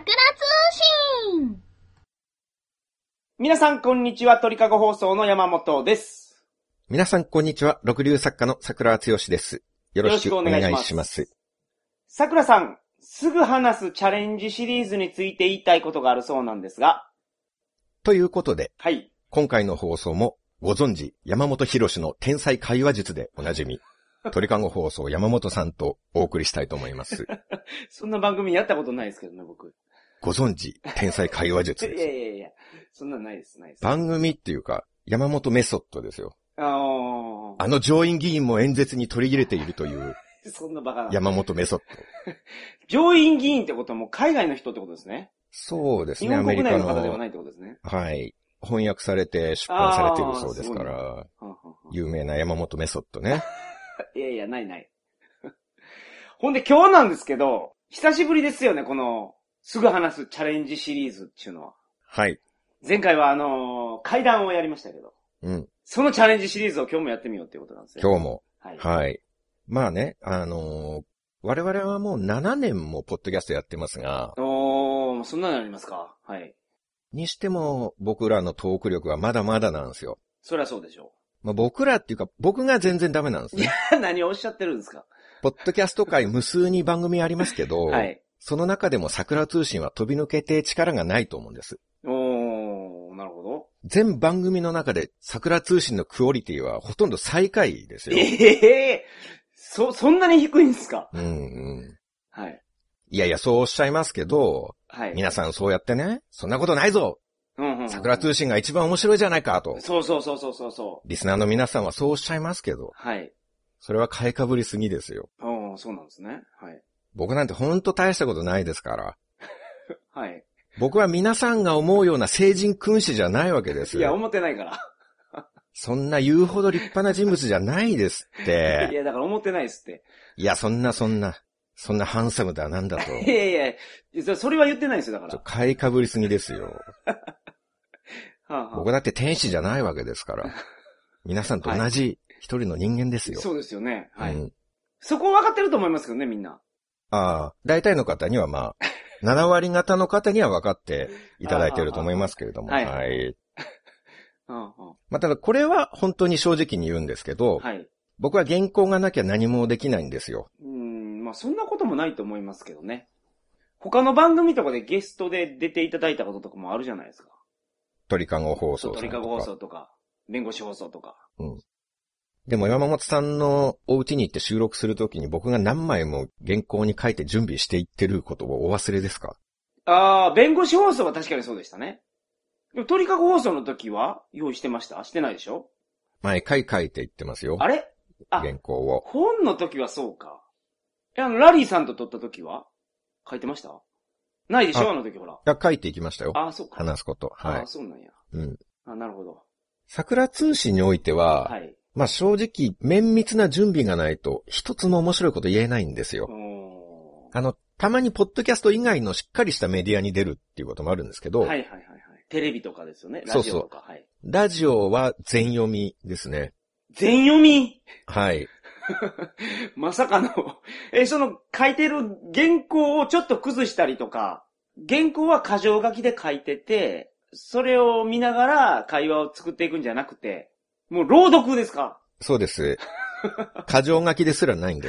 桜通信。 皆さんこんにちは、鳥かご放送の山本です。 皆さんこんにちは、六流作家の桜剛です。よろしくお願いします。 桜さん、すぐ話すチャレンジシリーズについて言いたいことがあるそうなんですが。 ということで、 はい。 今回の放送もご存知、山本博の天才会話術でおなじみ、鳥かご放送山本さんとお送りしたいと思います。 そんな番組やったことないですけどね、僕。 ご存知、天才会話術です。 いや、そんなないです、ないです。 番組っていうか、山本メソッドですよ。 あの上院議員も演説に取り入れているという、 そんなバカな。 山本メソッド。 上院議員ってことはもう海外の人ってことですね。 そうですね、 日本国内の方ではないってことですね。 はい。翻訳されて出版されているそうですから、有名な山本メソッドね。 いや、ない。ほんで今日なんですけど、久しぶりですよね、この、すぐ話すチャレンジシリーズっていうのは。 はい。 前回は会談をやりましたけど。 うん。 そのチャレンジシリーズを今日もやってみようっていうことなんですよ。 今日も。 はい。 はい。まあね、我々はもう7年もポッドキャストやってますが。 そんなのありますか。はい。 にしても僕らのトーク力はまだまだなんですよ。 そりゃそうでしょう。まあ僕らっていうか僕が全然ダメなんですね。 いや、何をおっしゃってるんですか。 ポッドキャスト界無数に番組ありますけど、はい。その中でも桜通信は飛び抜けて力がないと思うんです。 なるほど。 全番組の中で桜通信のクオリティはほとんど最下位ですよ。 そんなに低いんですか。 はい。いや、そうおっしゃいますけど、はい。皆さんそうやってね、そんなことないぞ。桜通信が一番面白いじゃないかと。 そう。 リスナーの皆さんはそうおっしゃいますけど、はい。それは買いかぶりすぎですよ。 そうなんですね。はい。 僕なんてほんと大したことないですから。 はい。僕は皆さんが思うような聖人君子じゃないわけです。 いや、思ってないから。 そんな言うほど立派な人物じゃないですって。 いや、だから思ってないですって。 いや、そんなハンサムだなんだと。 いや、それは言ってないですよ、だから。 買いかぶりすぎですよ。僕だって天使じゃないわけですから。皆さんと同じ一人の人間ですよ。 そうですよね。はい。そこ分かってると思いますけどね、みんな。 大体の方にはまあ、7割方の方には分かっていただいていると思いますけれども。はい。まあ、ただこれは本当に正直に言うんですけど、はい、僕は原稿がなきゃ何もできないんですよ。 まあそんなこともないと思いますけどね。他の番組とかでゲストで出ていただいたこととかもあるじゃないですか。 鳥かご放送とか。 鳥かご放送とか、弁護士放送とか。 でも山本さんのお家に行って収録するときに僕が何枚も原稿に書いて準備していってることをお忘れですか？ 弁護士放送は確かにそうでしたね。でも鳥かご放送の時は用意してました？してないでしょ？ 毎回書いていってますよ。 あれ？ 原稿を。 本の時はそうか。ラリーさんと撮った時は書いてました？ないでしょ？あの時ほら。 いや、書いていきましたよ。 そうか。 話すこと。はい。 そうなんや。なるほど。 桜通信においては、はい。まあ正直、綿密な準備がないと、一つも面白いこと言えないんですよ。たまにポッドキャスト以外のしっかりしたメディアに出るっていうこともあるんですけど。 はい。テレビとかですよね。ラジオとか。 そう。はい。ラジオは全読みですね。 全読み？ はい。 まさかの、書いてる原稿をちょっと崩したりとか、原稿は箇条書きで書いてて、それを見ながら会話を作っていくんじゃなくて、もう朗読ですか？ そうです。箇条書きですらないんです。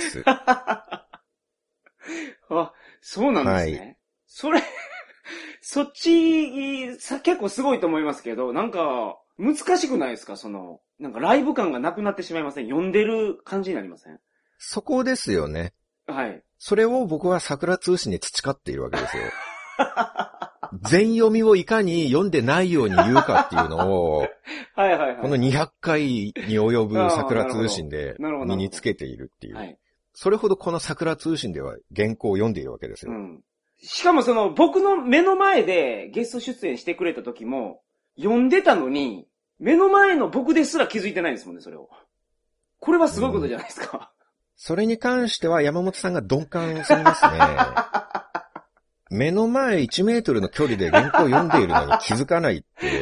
そうなんですね。はい、そっち、結構すごいと思いますけど、なんか、難しくないですか？なんかライブ感がなくなってしまいません？読んでる感じになりません？ そこですよね。 はい。 それを僕は桜通信に培っているわけですよ。全読みをいかに読んでないように言うかっていうのを、この200回に及ぶ桜通信で身につけているっていう。それほどこの桜通信では原稿を読んでいるわけですよ。 しかも僕の目の前でゲスト出演してくれた時も、読んでたのに、目の前の僕ですら気づいてないんですもんね、それを。これはすごいことじゃないですか。 それに関しては山本さんが鈍感すぎますね。目の前1メートルの距離で原稿を読んでいるのに気づかないって、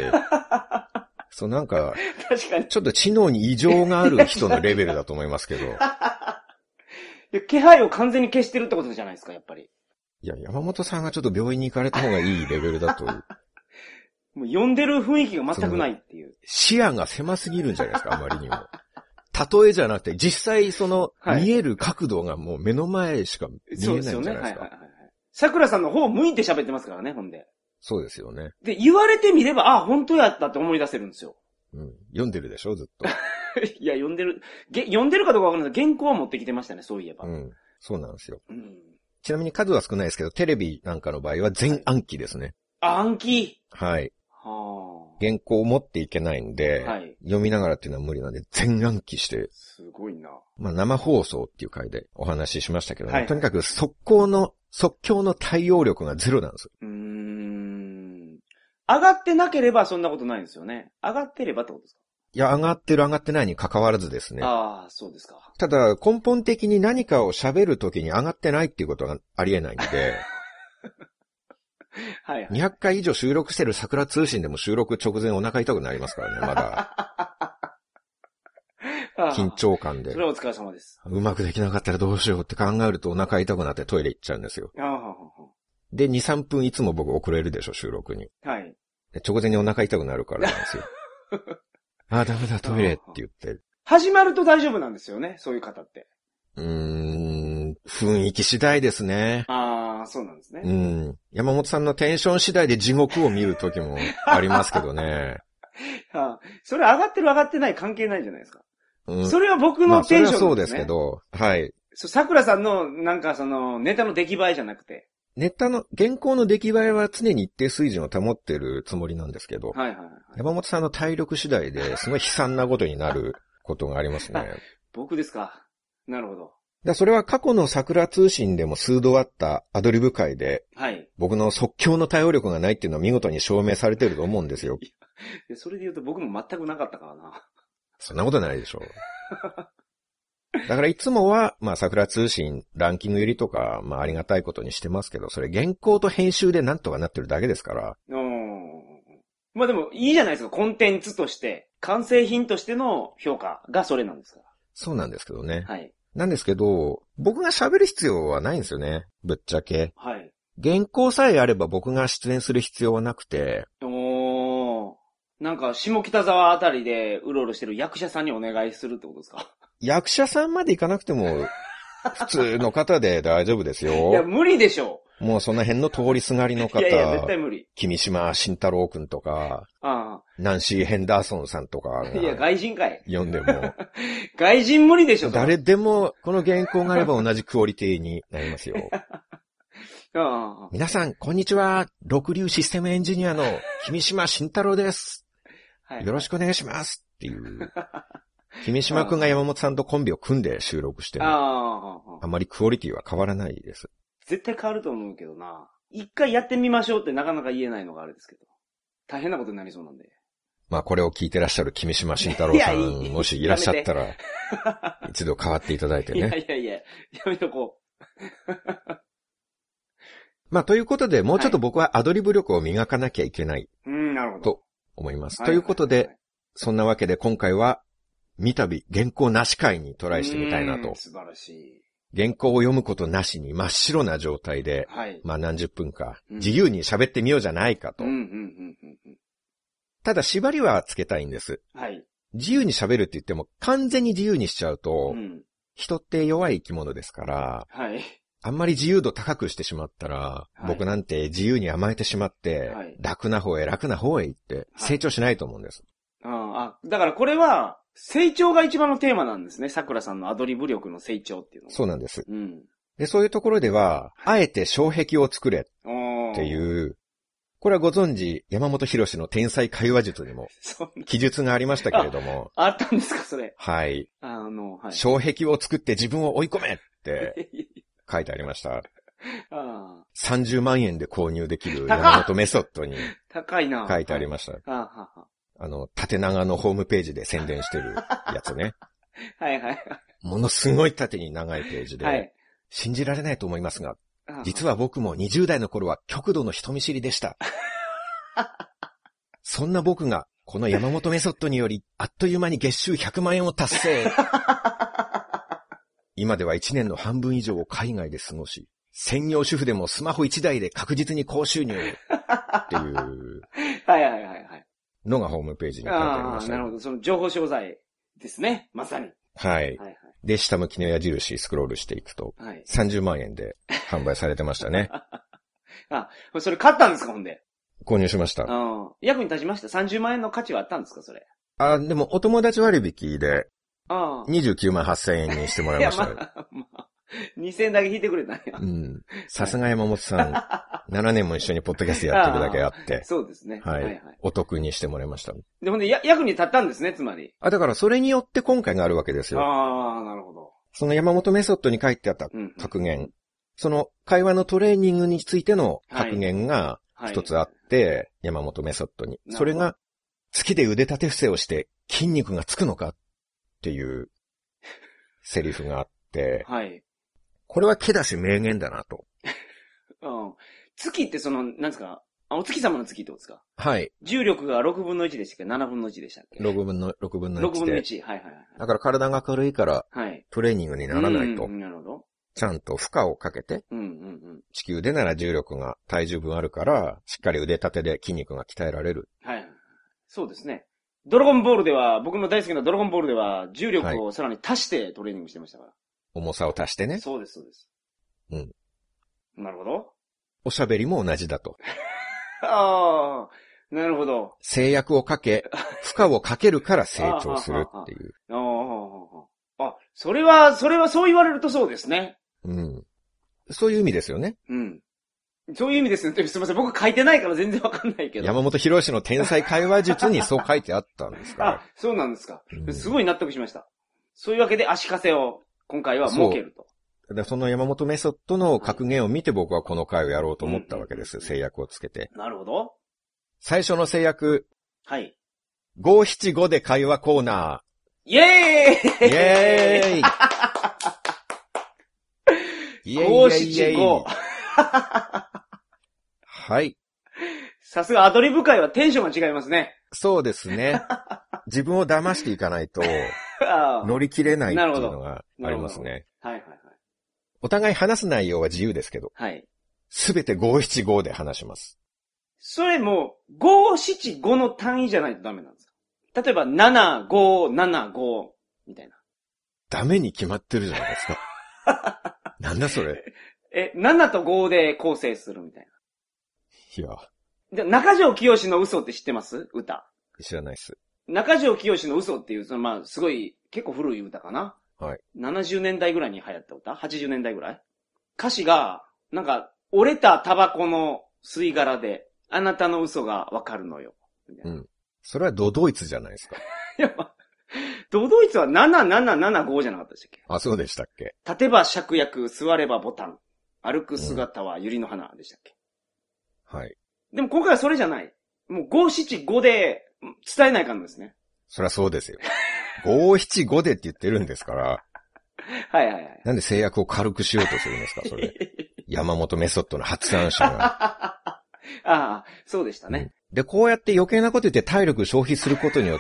なんか、 確かに。 ちょっと知能に異常がある人のレベルだと思いますけど。 気配を完全に消してるってことじゃないですか、やっぱり。 いや、山本さんがちょっと病院に行かれた方がいいレベルだと。 もう読んでる雰囲気が全くないっていう。 視野が狭すぎるんじゃないですか、あまりにも。例えじゃなくて、実際見える角度がもう目の前しか見えないんじゃないですか。そうですよね。はいはいはい。 桜さんの方を向いて喋ってますからね、ほんで。 そうですよね。 で、言われてみれば、本当やったって思い出せるんですよ。 うん。読んでるでしょ、ずっと。 いや、読んでるかどうかわからないけど、原稿は持ってきてましたね、そういえば。 うん。そうなんですよ。 うん。 ちなみに数は少ないですけど、テレビなんかの場合は全暗記ですね。 暗記？ はい。 はあ。 原稿を持っていけないんで、はい、読みながらっていうのは無理なんで、全暗記して。 すごいな。 まあ生放送っていう回でお話ししましたけどね。はい、とにかく即興の対応力がゼロなんです。 上がってなければそんなことないんですよね。上がってればってことですか？ いや、上がってる上がってないに関わらずですね。 ああ、そうですか。 ただ、根本的に何かを喋るときに上がってないっていうことがありえないんで、はい、はい。200回以上収録してる桜通信でも収録直前お腹痛くなりますからね、まだ。緊張感で。 それはお疲れ様です。 うまくできなかったらどうしようって考えるとお腹痛くなってトイレ行っちゃうんですよ。で、2、3分いつも僕遅れるでしょ、収録に。はい。で直前にお腹痛くなるからなんですよ。ダメだ、トイレって言って。 始まると大丈夫なんですよね、そういう方って。 雰囲気次第ですね。 ああ、そうなんですね。 山本さんのテンション次第で地獄を見る時もありますけどね。 それ上がってる上がってない関係ないじゃないですか。それは僕のテンションですね。 そうですけど、はい。 桜さんのなんかネタの出来栄えじゃなくて。 原稿の出来栄えは常に一定水準を保ってるつもりなんですけど、はいはいはい、山本さんの体力次第ですごい悲惨なことになることがありますね。 僕ですか。なるほど。 それは過去の桜通信でも数度あったアドリブ会で、はい、僕の即興の対応力がないっていうのは見事に証明されてると思うんですよ。 それで言うと僕も全くなかったからな。 そんなことないでしょ。だからいつもは、桜通信ランキング入りとか、ありがたいことにしてますけど、それ原稿と編集でなんとかなってるだけですから。 でもいいじゃないですか、コンテンツとして、完成品としての評価がそれなんですから。 そうなんですけどね。 はい。 なんですけど、僕が喋る必要はないんですよね。ぶっちゃけ。 はい。 原稿さえあれば僕が出演する必要はなくて。 なんか、下北沢あたりでうろうろしてる役者さんにお願いするってことですか？ 役者さんまで行かなくても、普通の方で大丈夫ですよ。 いや、無理でしょ。 もうその辺の通りすがりの方。 いや、絶対無理。 君島慎太郎くんとか、ナンシー・ヘンダーソンさんとか。 いや、外人かい。 読んでも。 外人無理でしょ。 誰でも、この原稿があれば同じクオリティになりますよ。皆さん、こんにちは。六流システムエンジニアの君島慎太郎です。よろしくお願いしますっていう。君島くんが山本さんとコンビを組んで収録してる。あまりクオリティは変わらないです。 絶対変わると思うけどな。一回やってみましょうってなかなか言えないのがあれですけど。大変なことになりそうなんで。 これを聞いてらっしゃる君島慎太郎さん、もしいらっしゃったら、一度変わっていただいてね。 いや、やめとこう。ということで、もうちょっと僕はアドリブ力を磨かなきゃいけない。 なるほど。 と思います。ということで、そんなわけで今回は、三度原稿なし会にトライしてみたいなと。 素晴らしい。 原稿を読むことなしに真っ白な状態で、何十分か、自由に喋ってみようじゃないかと。ただ縛りはつけたいんです。はい。自由に喋るって言っても完全に自由にしちゃうと、人って弱い生き物ですから、はい。あんまり自由度高くしてしまったら、僕なんて自由に甘えてしまって、楽な方へ行って成長しないと思うんです。 だからこれは、成長が一番のテーマなんですね。桜さんのアドリブ力の成長っていうのは。 そうなんです。で、そういうところでは、あえて障壁を作れっていう、これはご存知、山本博士の天才会話術にも、記述がありましたけれども。 あったんですか、それ。 はい。障壁を作って自分を追い込めって書いてありました。30万円で購入できる山本メソッドに書いてありました。縦長のホームページで宣伝してるやつね。 はいはい。 ものすごい縦に長いページで、信じられないと思いますが、実は僕も20代の頃は極度の人見知りでした。そんな僕が、この山本メソッドにより、あっという間に月収100万円を達成。今では1年の半分以上を海外で過ごし、 専業主婦でもスマホ1台で確実に高収入っていうはいはいはいはい。 のがホームページに書いてありました。 なるほど。その情報商材ですね。まさに。 はい。はいはい、で、下向きの矢印スクロールしていくと、はい、30万円で販売されてましたね。 あ、それ買ったんですか、ほんで。 購入しました。 役に立ちました。30万円の価値はあったんですか、それ。 でもお友達割引で、29万8000円にしてもらいましたよ。 2000円だけ引いてくれたんや。 うん。さすが山本さん、7年も一緒にポッドキャストやってるだけあって。 そうですね。 はい。はいはい、お得にしてもらいました。 でもね、役に立ったんですね、つまり。 だからそれによって今回があるわけですよ。 なるほど。 その山本メソッドに書いてあった格言、その会話のトレーニングについての格言が一つあって、山本メソッドに。それが、月で腕立て伏せをして筋肉がつくのかっていうセリフがあって、はい。これは気だし名言だなと。 月ってなんですか、お月様の月ってことですか？ はい。 重力が6分の1でしたっけ？ 7 分の1でしたっけ？ 6分の1。6分の 1。はいはいはい。 だから体が軽いから、トレーニングにならないと。 なるほど。 ちゃんと負荷をかけて、地球でなら重力が体重分あるから、しっかり腕立てで筋肉が鍛えられる。 はい。そうですね。ドラゴンボールでは、僕の大好きなドラゴンボールでは、重力をさらに足してトレーニングしてましたから。 重さを足してね。 そうです、そうです。 うん。 なるほど。 おしゃべりも同じだと。 ああ、なるほど。 制約をかけ、負荷をかけるから成長するっていう。 それはそう言われるとそうですね。 うん。そういう意味ですよね。 うん。そういう意味ですね。すみません。僕書いてないから全然わかんないけど。 山本博士の天才会話術にそう書いてあったんですか。 そうなんですか。すごい納得しました。そういうわけで足かせを今回は設けると。 でその山本メソッドの格言を見て僕はこの回をやろうと思ったわけです。制約をつけて。 なるほど。 最初の制約。 はい。 575で会話コーナー。イェーイイェーイ 575。 はい。 さすがアドリブ界はテンションが違いますね。 そうですね。自分を騙していかないと乗り切れないっていうのがありますね。 はいはいはい。 お互い話す内容は自由ですけど。 はい。 すべて575で話します。 それも575の単位じゃないとダメなんですか？例えば7575みたいな。 ダメに決まってるじゃないですか。なんだそれ。 7と5で構成するみたいな。 いや。 で、中条きよしの嘘って知ってます？歌。 知らないっす。 中条きよしの嘘っていう、すごい、結構古い歌かな。 はい。 70年代ぐらいに流行った歌 ?80 年代ぐらい歌詞が、折れたタバコの吸い殻で、あなたの嘘がわかるのよ。 うん。それはドドイツじゃないですか。 いや、ドドイツは7775じゃなかったでしたっけ？ あ、そうでしたっけ？ 立てば芍薬、座ればボタン。歩く姿は百合の花でしたっけ？ はい。 でも今回はそれじゃない。もう575で伝えないかんですね。 そりゃそうですよ。575でって言ってるんですから。 はいはいはい。 なんで制約を軽くしようとするんですか、それ。山本メソッドの発案者が。 ああ、そうでしたね、 うん。で、こうやって余計なこと言って体力消費することによって、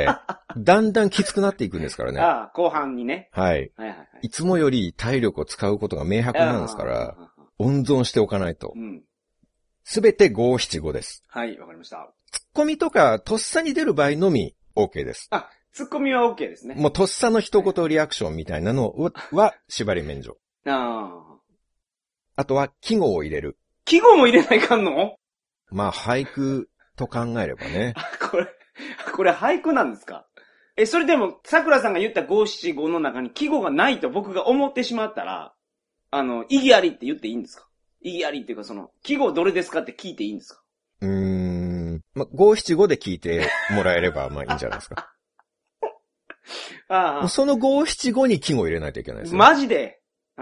だんだんきつくなっていくんですからね。 ああ、後半にね。 はい。はいはいはい。いつもより体力を使うことが明白なんですから、温存しておかないと。すべて575です。 はい、わかりました。 ツッコミとか、とっさに出る場合のみ OK です。 あ、ツッコミは OK ですね。 もうとっさの一言リアクションみたいなのは縛り免除。あとは季語を入れる。 季語も入れないかんの？ まあ俳句と考えればね。 これ俳句なんですか？それでも、桜さんが言った575の中に季語がないと僕が思ってしまったら、意義ありって言っていいんですか？意義ありっていうか季語どれですかって聞いていいんですか？ まあ、575で聞いてもらえればまあいいんじゃないですか。 ああ。 その575に季語入れないといけないですよ。 マジで？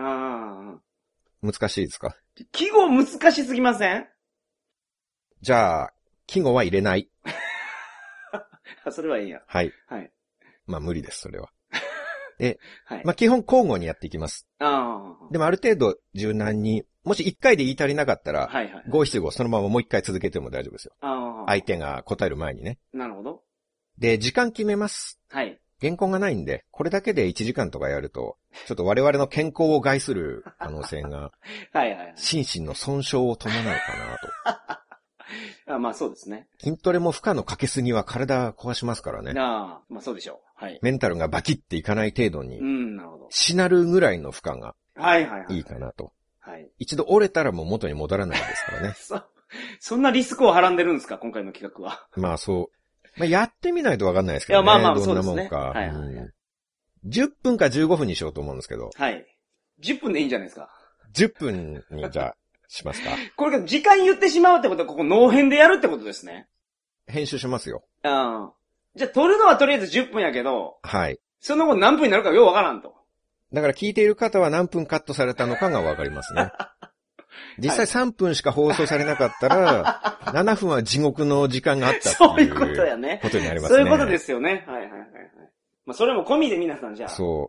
難しいですか？ 季語難しすぎません？ じゃあ、季語は入れない。 それはいいや。 はい。 はい。 まあ無理です、それは。で、はい、まあ基本交互にやっていきます。でもある程度柔軟に、もし1回で言い足りなかったら、はいはい、575そのままもう1回続けても大丈夫ですよ。相手が答える前にね。 なるほど。 で、時間決めます。 はい。 原稿がないんで、これだけで1時間とかやると、ちょっと我々の健康を害する可能性が、 はいはいはい。 心身の損傷を伴うかなと。まあそうですね。 筋トレも負荷のかけすぎは体壊しますからね。 まあそうでしょう。はい。 メンタルがバキっていかない程度に、 なるほど。 しなるぐらいの負荷が、 はいはいはい。 いいかなと。 はい。 一度折れたらもう元に戻らないですからね。 そんなリスクをはらんでるんですか、今回の企画は。 まあそう。まあやってみないとわかんないですけどね。 いやまあどんなもんか。 はいはいはい。 10分か15分にしようと思うんですけど。 はい。10分でいいんじゃないですか。 10分にじゃあ、しますか。 これ時間言ってしまうってことは、ここノー編でやるってことですね。 編集しますよ。 じゃあ撮るのはとりあえず10分やけど。 はい。 その後何分になるかようわからんと。 だから聞いている方は何分カットされたのかがわかりますね。実際3分しか放送されなかったら、7分は地獄の時間があったっていう。 そういうことやね。 ことになりますね。 そういうことですよね。はいはいはい。まあそれも込みで皆さんじゃあ。 そう。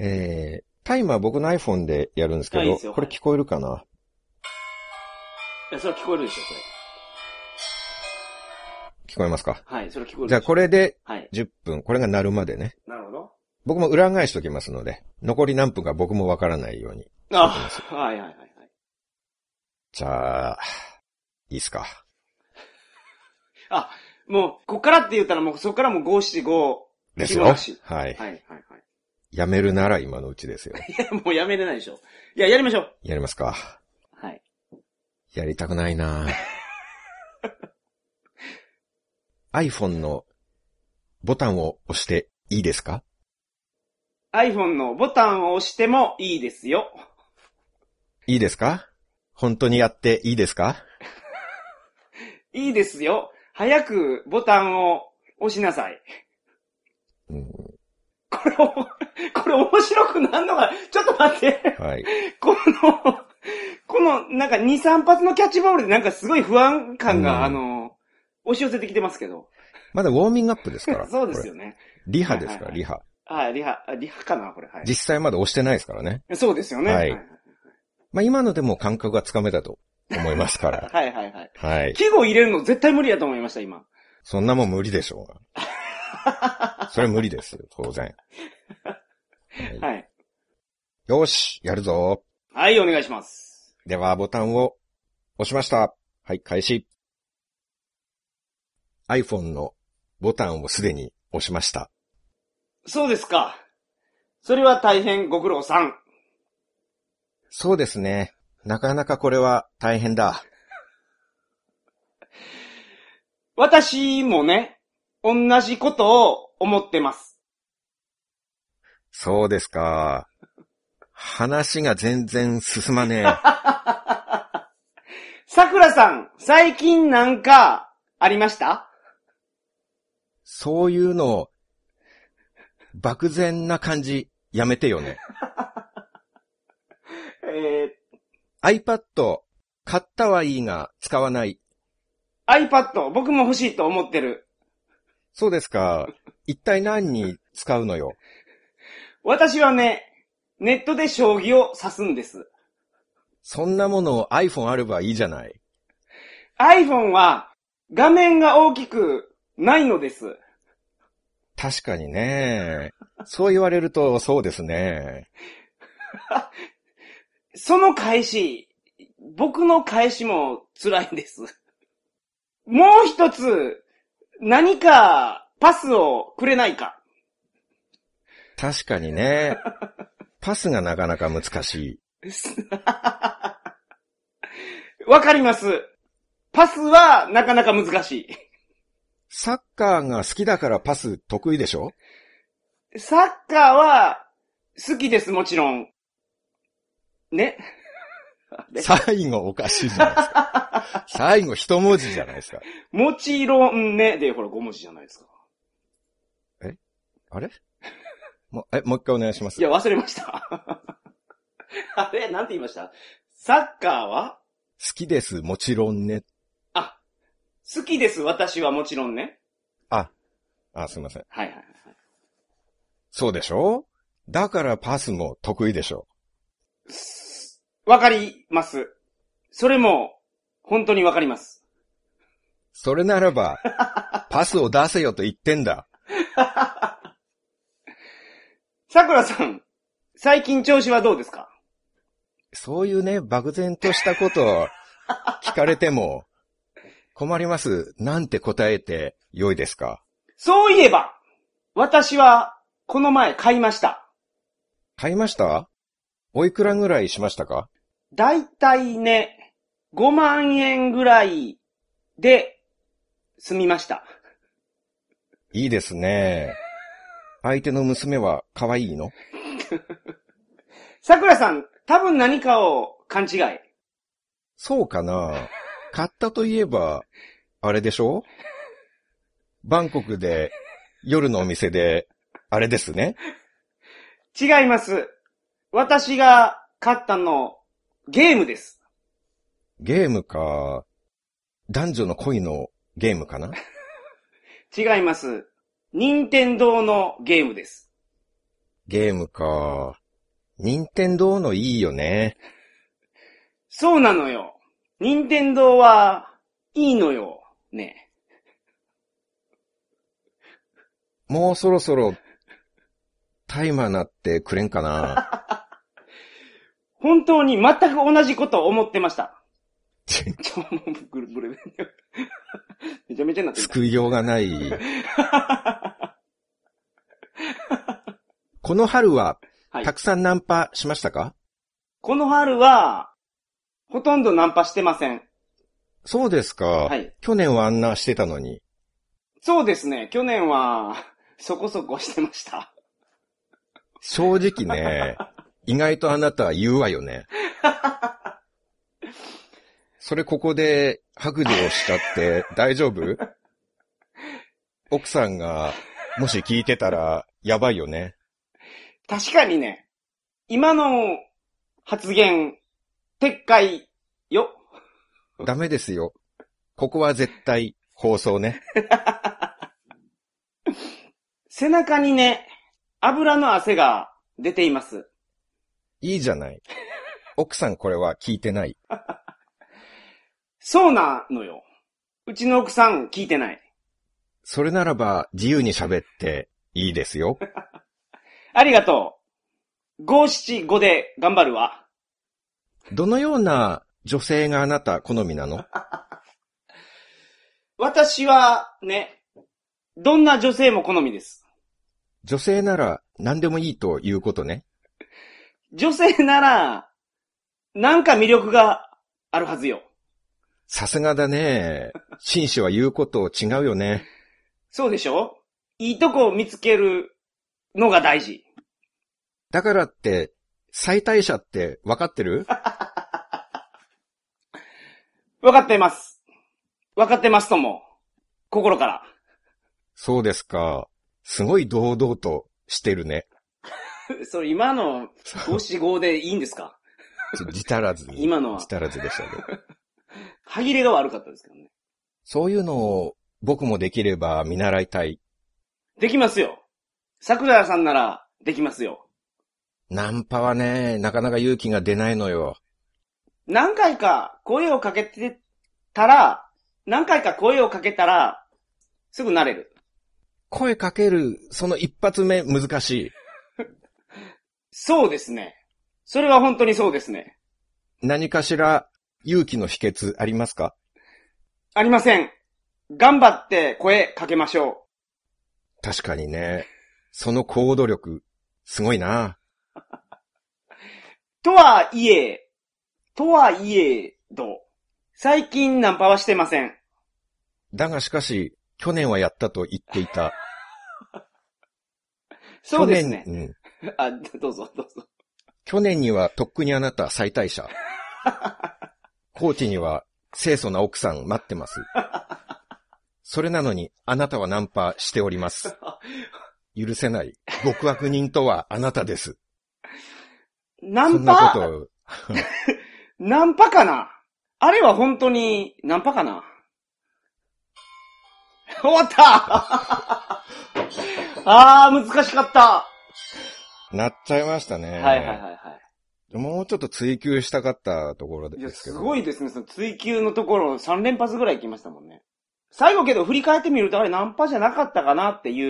タイマー僕の iPhone でやるんですけど、これ聞こえるかな？ いや、それ聞こえるでしょ、これ。 聞こえますか？ はい、それ聞こえる。 じゃあこれで10分、これが鳴るまでね。 なるほど。 僕も裏返しときますので、残り何分か僕もわからないように。 はいはいはい。 じゃあ、いいっすか。 もう、こっからって言ったらもうそっからもう575。 ですよ。はい。 はいはいはい。 やめるなら今のうちですよ。 いや、もうやめれないでしょ。いや、やりましょう。 やりますか。 はい。 やりたくないなiPhone のボタンを押していいですか？ iPhone のボタンを押してもいいですよ。 いいですか？本当にやっていいですか？ いいですよ。早くボタンを押しなさい。これ面白くなんのか、ちょっと待って。 はい。 この、なんか2、3発のキャッチボールでなんかすごい不安感が、押し寄せてきてますけど。 まだウォーミングアップですから。 そうですよね。 リハですから、リハ。 はい、リハかな、これ。はい。 実際まだ押してないですからね。 そうですよね。 はい。まあ今のでも感覚がつかめたと思いますから。 はいはいはい。 はい。 季語入れるの絶対無理だと思いました、今。 そんなもん無理でしょうが。それ無理ですよ、当然。 はい。 よし、やるぞ。 はい、お願いします。 では、ボタンを押しました。はい、開始。iPhone のボタンをすでに押しました。 そうですか。それは大変ご苦労さん。 そうですね。なかなかこれは大変だ。 私もね、同じことを思ってます。 そうですか。話が全然進まねえ。 桜さん、最近なんかありました？ そういうの、漠然な感じ、やめてよね。iPad、買ったはいいが、使わない。 iPad、僕も欲しいと思ってる。 そうですか。一体何に使うのよ。 私はね、ネットで将棋を指すんです。 そんなもの iPhone あればいいじゃない。 iPhone は画面が大きくないのです。 確かにね。そう言われるとそうですね。 その返し、僕の返しも辛いんです。もう一つ、何かパスをくれないか。 確かにね。パスがなかなか難しい。 わかります。パスはなかなか難しい。 サッカーが好きだからパス得意でしょ？ サッカーは好きです、もちろん。ね。 最後おかしいじゃないですか。最後一文字じゃないですか。 もちろんね。で、ほら5文字じゃないですか。 あれもう一回お願いします。 いや、忘れました。あれなんて言いました？サッカーは好きです、もちろんね。 好きです、私はもちろんね。 すいません。 はいはいはい。 そうでしょ？だからパスも得意でしょ。 わかります。それも、本当にわかります。 それならば、パスを出せよと言ってんだ。 桜さん、最近調子はどうですか？ そういうね、漠然としたことを聞かれても困ります。なんて答えて良いですか？ そういえば、私はこの前買いました。 買いました？おいくらぐらいしましたか？ だいたいね、5万円ぐらいで済みました。 いいですね。相手の娘は可愛いの？ 桜さん、多分何かを勘違い。 そうかな。買ったといえば、あれでしょ？バンコクで夜のお店で、あれですね。 違います。私が買ったの、ゲームです。 ゲームか。男女の恋のゲームかな？ 違います。任天堂のゲームです。 ゲームか。任天堂のいいよね。 そうなのよ。任天堂はいいのよ。ね。 もうそろそろタイマーなってくれんかな。 本当に全く同じことを思ってました。もうブルブルめちゃめちゃなってる。 救いようがない。この春は、たくさんナンパしましたか？ この春は、ほとんどナンパしてません。 そうですか。 はい。 去年はあんなしてたのに。 そうですね。去年は、そこそこしてました。 正直ね、意外とあなたは言うわよね。それここで白状しちゃって大丈夫？奥さんがもし聞いてたらやばいよね。 確かにね、今の発言、撤回よ。 ダメですよ。ここは絶対放送ね。 背中にね、油の汗が出ています。 いいじゃない。奥さんこれは聞いてない。 そうなのよ。うちの奥さん聞いてない。 それならば自由に喋っていいですよ。 ありがとう。575で頑張るわ。 どのような女性があなた好みなの？ 私はね、どんな女性も好みです。 女性なら何でもいいということね。 女性なら、なんか魅力があるはずよ。 さすがだね。紳士は言うこと違うよね。 そうでしょ？いいとこを見つけるのが大事。 だからって、最大者って分かってる？ 分かってます。分かってますとも。心から。 そうですか。すごい堂々としてるね。 それ今の575でいいんですか？ じたらず。 今のは。 じたらずでしたけど。 歯切れが悪かったですけどね。 そういうのを僕もできれば見習いたい。 できますよ。桜さんならできますよ。 ナンパはね、なかなか勇気が出ないのよ。 何回か声をかけたら、すぐ慣れる。 声かける、その一発目難しい。 そうですね。それは本当にそうですね。 何かしら勇気の秘訣ありますか？ ありません。頑張って声かけましょう。確かにね。その行動力、すごいな。 とはいえど、最近ナンパはしてません。 だがしかし、去年はやったと言っていた。 そうですね。 うん、 どうぞ。 去年にはとっくにあなた最大者。高知には清楚な奥さん待ってます。それなのにあなたはナンパしております。許せない。極悪人とはあなたです。 ナンパナンパかな？あれは本当にナンパかな？終わった難しかった。 なっちゃいましたね。 はい。 もうちょっと追求したかったところですけど。 いや、すごいですね。その追求のところ3連発ぐらい行きましたもんね。最後けど振り返ってみるとあれナンパじゃなかったかなっていう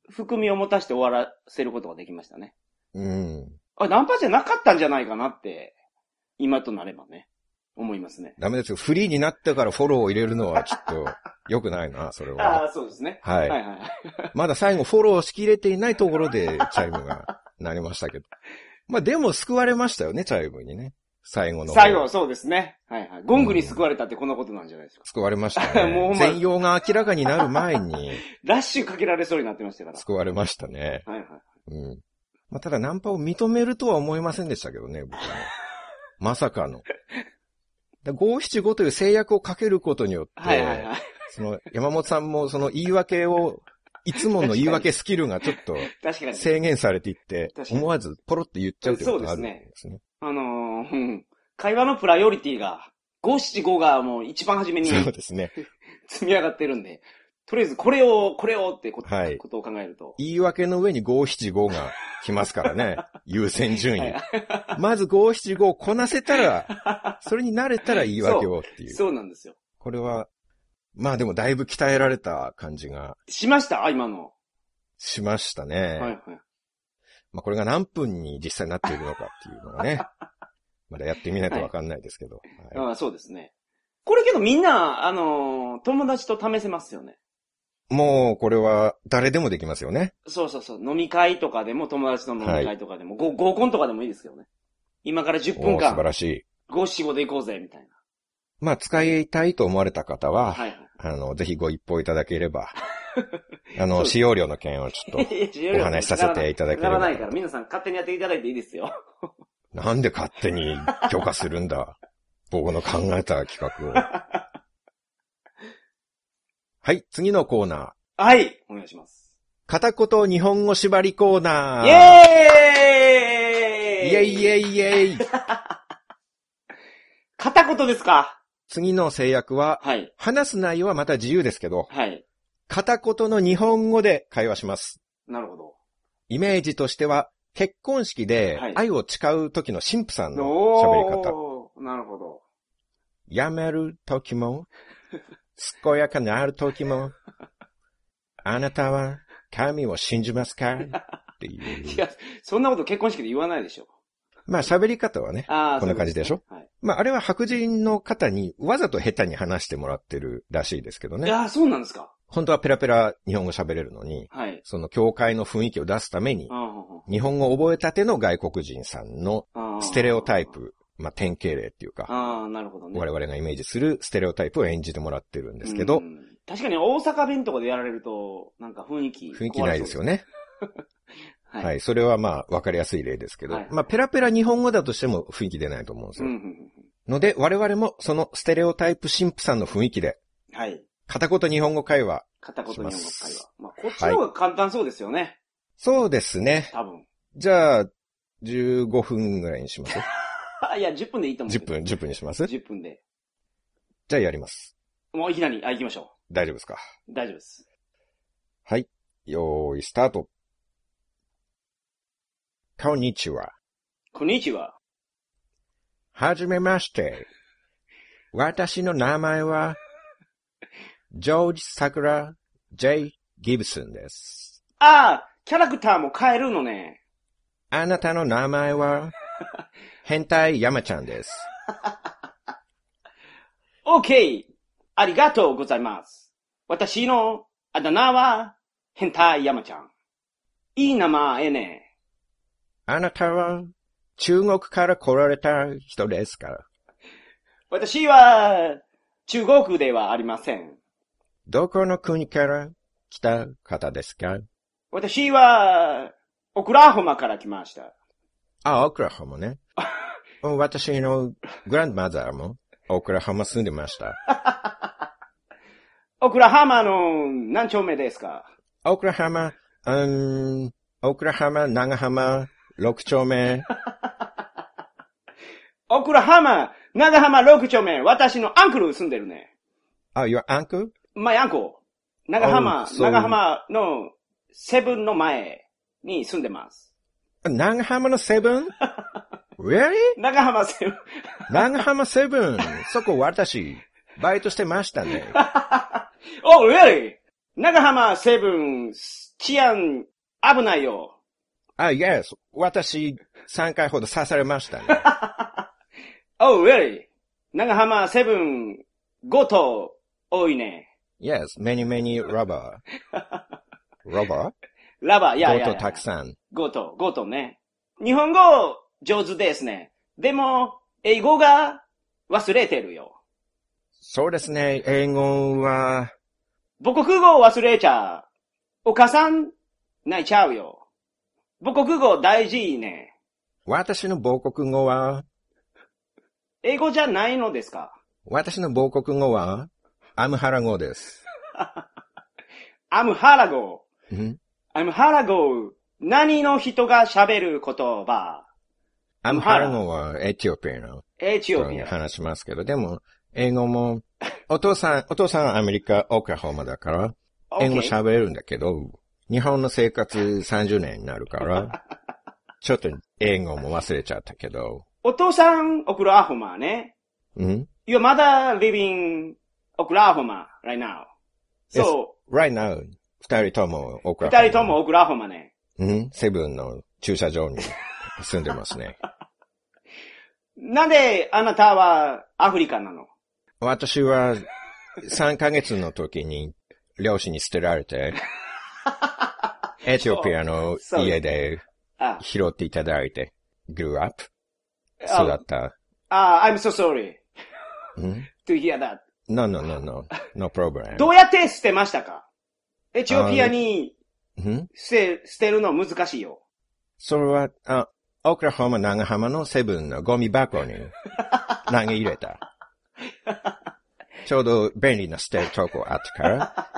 含みを持たして終わらせることができましたね。 うん。 ナンパじゃなかったんじゃないかなって、今となればね、思いますね。 ダメですよ。フリーになってからフォローを入れるのはちょっと良くないな、それは。 ああ、そうですね。 はい。はいはい。まだ最後フォローしきれていないところでチャイムが鳴りましたけど。まあでも救われましたよね、チャイムにね。最後の。 最後、そうですね。はいはい。ゴングに救われたってこんなことなんじゃないですか。 救われましたね。もう全容が明らかになる前に。 ラッシュかけられそうになってましたから。 救われましたね。 はいはい。 うん。まあただナンパを認めるとは思いませんでしたけどね、僕はね。まさかの。五七五という制約をかけることによって、はいはいはい、その山本さんもその言い訳を、いつもの言い訳スキルがちょっと制限されていって、思わずポロッと言っちゃうということがあるんですね。 会話のプライオリティが、五七五がもう一番初めにそうですね。 積み上がってるんで、とりあえずこれをってことを考えると。 言い訳の上に五七五が来ますからね。優先順位。まず五七五をこなせたら、それに慣れたら言い訳をっていう。 そうなんですよ。 これは、まあでもだいぶ鍛えられた感じが。 しました今の。 しましたね。はいはい。まあこれが何分に実際になっているのかっていうのがね。まだやってみないとわかんないですけど。 はい、あ、そうですね。これけどみんな、友達と試せますよね。 もう、これは、誰でもできますよね。 そうそうそう。飲み会とかでも、友達と飲み会とかでも、合コンとかでもいいですけどね。今から10分間。 素晴らしい。 五七五で行こうぜ、みたいな。 まあ、使いたいと思われた方は、はいはい、ぜひご一報いただければ、使用料の件をちょっと、お話しさせていただければ。 ならないから、皆さん勝手にやっていただいていいですよ。 なんで勝手に許可するんだ。僕の考えた企画を。はい、次のコーナー。 はい、お願いします。 片言日本語縛りコーナー。 イェーイイェイイェイイェイ片言ですか？ 次の制約は、はい、話す内容はまた自由ですけど、はい、片言の日本語で会話します。 なるほど。 イメージとしては、結婚式で愛を誓う時の神父さんの喋り方。 なるほど。 やめる時も、健やかなる時も、あなたは神を信じますかっていう。 いや、そんなこと結婚式で言わないでしょ。 まあ喋り方はね、こんな感じでしょ、はい、まああれは白人の方にわざと下手に話してもらってるらしいですけどね。 いや、そうなんですか。 本当はペラペラ日本語喋れるのに、はい、その教会の雰囲気を出すために、日本語を覚えたての外国人さんのステレオタイプ、まあ典型例っていうか、 なるほどね、 我々がイメージするステレオタイプを演じてもらってるんですけど、 確かに大阪弁とかでやられると、なんか雰囲気ないですよね。はい、はい。それはまあわかりやすい例ですけど、はい、まあペラペラ日本語だとしても雰囲気出ないと思うんですよ。ので我々もそのステレオタイプ神父さんの雰囲気で、はい。片言日本語会話。 片言日本語会話。まあこっちの方が簡単そうですよね。はい、 そうですね。 多分。 じゃあ、15分ぐらいにしますいや、10分でいいと思う。 10分にします ?10 分で。 じゃあやります。 もういきなり、行きましょう。大丈夫ですか？ 大丈夫です。 はい。よーい、スタート。こんにちは。 こんにちは。 はじめまして。私の名前は、ジョージ・サクラ・J・ギブソンです。 ああ、キャラクターも変えるのね。 あなたの名前は、変態山ちゃんです。 OK! ありがとうございます。私のあだ名は、変態山ちゃん。いい名前ね。 あなたは、中国から来られた人ですか？ 私は、中国ではありません。 どこの国から来た方ですか？ 私は、オクラホマから来ました。 あ、オクラホマね。私のグランドマザーもオクラホマ住んでました。 オクラハマの何丁目ですか？ オクラハマ、長浜、6丁目。 オクラハマ、長浜6丁目。私のアンクル住んでるね。 your uncle? My uncle. 長浜のセブンの前に住んでます。 長浜のセブン？Really? 長浜セブン。 長浜セブン。そこ私、バイトしてましたね。 Oh, really? 長浜セブン、 治安危ないよ。 yes. 私、3回ほど刺されましたね。 Oh, really? 長浜セブン、強盗多いね。 Yes, many robber. Robber? ラバー、いや。 強盗たくさん。 強盗ね。日本語上手ですね。でも、英語が忘れてるよ。 そうですね、英語は。 母国語忘れちゃう。お母さん、泣いちゃうよ。母国語大事ね。 私の母国語は英語じゃないのですか？ 私の母国語はアムハラ語です。 アムハラ語。 Mm-hmm. アムハラ語。何の人が喋る言葉？ アムハラ語はエチオピアの人に話しますけど、でも英語もお父さんはアメリカオクラホマだから英語喋れるんだけど、日本の生活30年になるからちょっと英語も忘れちゃったけど。 お父さんオクラホマね。 Mm-hmm. Your mother living Oklahoma right now. So, right now, 二人ともオクラホマね。 セブンの駐車場に住んでますね。 なんであなたはアフリカなの？ 私は3ヶ月の時に両親に捨てられて、エチオピアの家で拾っていただいて、grew up, 育った。 I'm so sorry to hear that. No problem. どうやって捨てましたか？エチオピアに捨てるの難しいよ。 それは、オクラホマ長浜のセブンのゴミ箱に投げ入れた。ちょうど便利な捨てるとこあったから、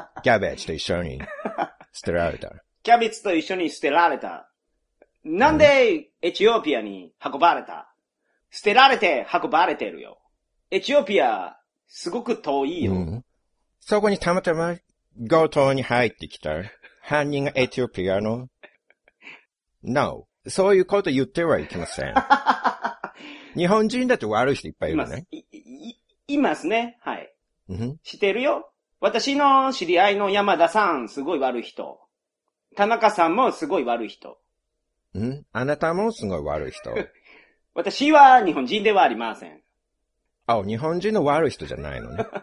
キャベツと一緒に捨てられた。 キャベツと一緒に捨てられた。なんでエチオピアに運ばれた？捨てられて運ばれてるよ。エチオピア、すごく遠いよ。 そこにたまたま強盗に入ってきた犯人がエチオピアのNo。そういうこと言ってはいけません。日本人だと悪い人いっぱいいるね。 いますね。はい。知ってるよ。私の知り合いの山田さん、すごい悪い人。田中さんもすごい悪い人。 あなたもすごい悪い人。 私は日本人ではありません。 日本人の悪い人じゃないのね。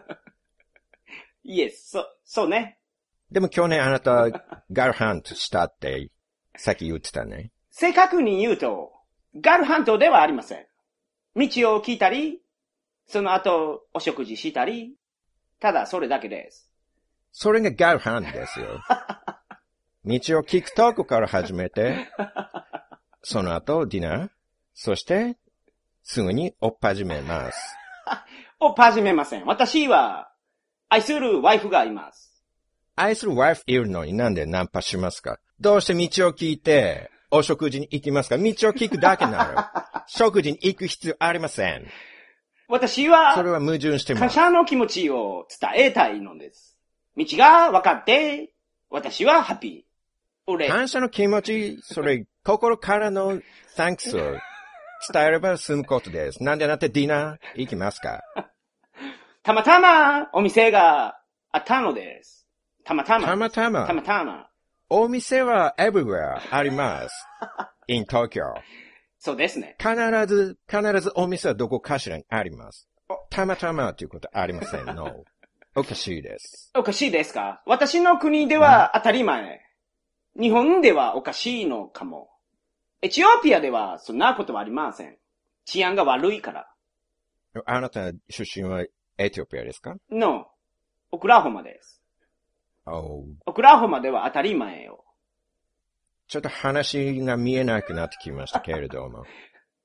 Yes、そうね。 でも去年あなたガルハントしたってさっき言ってたね。 正確に言うと、ガルハントではありません。道を聞いたり、その後お食事したり、ただそれだけです。 それがガルハントですよ。道を聞くとこから始めて、その後ディナー、そしてすぐに追っ始めます。 追っ始めません。私は愛するワイフがいます。 愛するワイフいるのになんでナンパしますか？どうして道を聞いてお食事に行きますか？道を聞くだけなら食事に行く必要ありません。 私はそれは矛盾してます。 感謝の気持ちを伝えたいのです。道が分かって私はハッピー。 感謝の気持ち、それ心からの thanks を伝えれば済むことです。なんであなたディナー行きますか？ たまたまお店があったのです。たまたま。 お店は everywhere あります。in Tokyo。 そうですね。 必ずお店はどこかしらにあります。たまたまということはありません。No。おかしいです。 おかしいですか？私の国では当たり前。日本ではおかしいのかも。エチオピアではそんなことはありません。治安が悪いから。 あなた出身はエチオピアですか？ No。オクラホマです。 オクラホマでは当たり前よ。 ちょっと話が見えなくなってきましたけれども。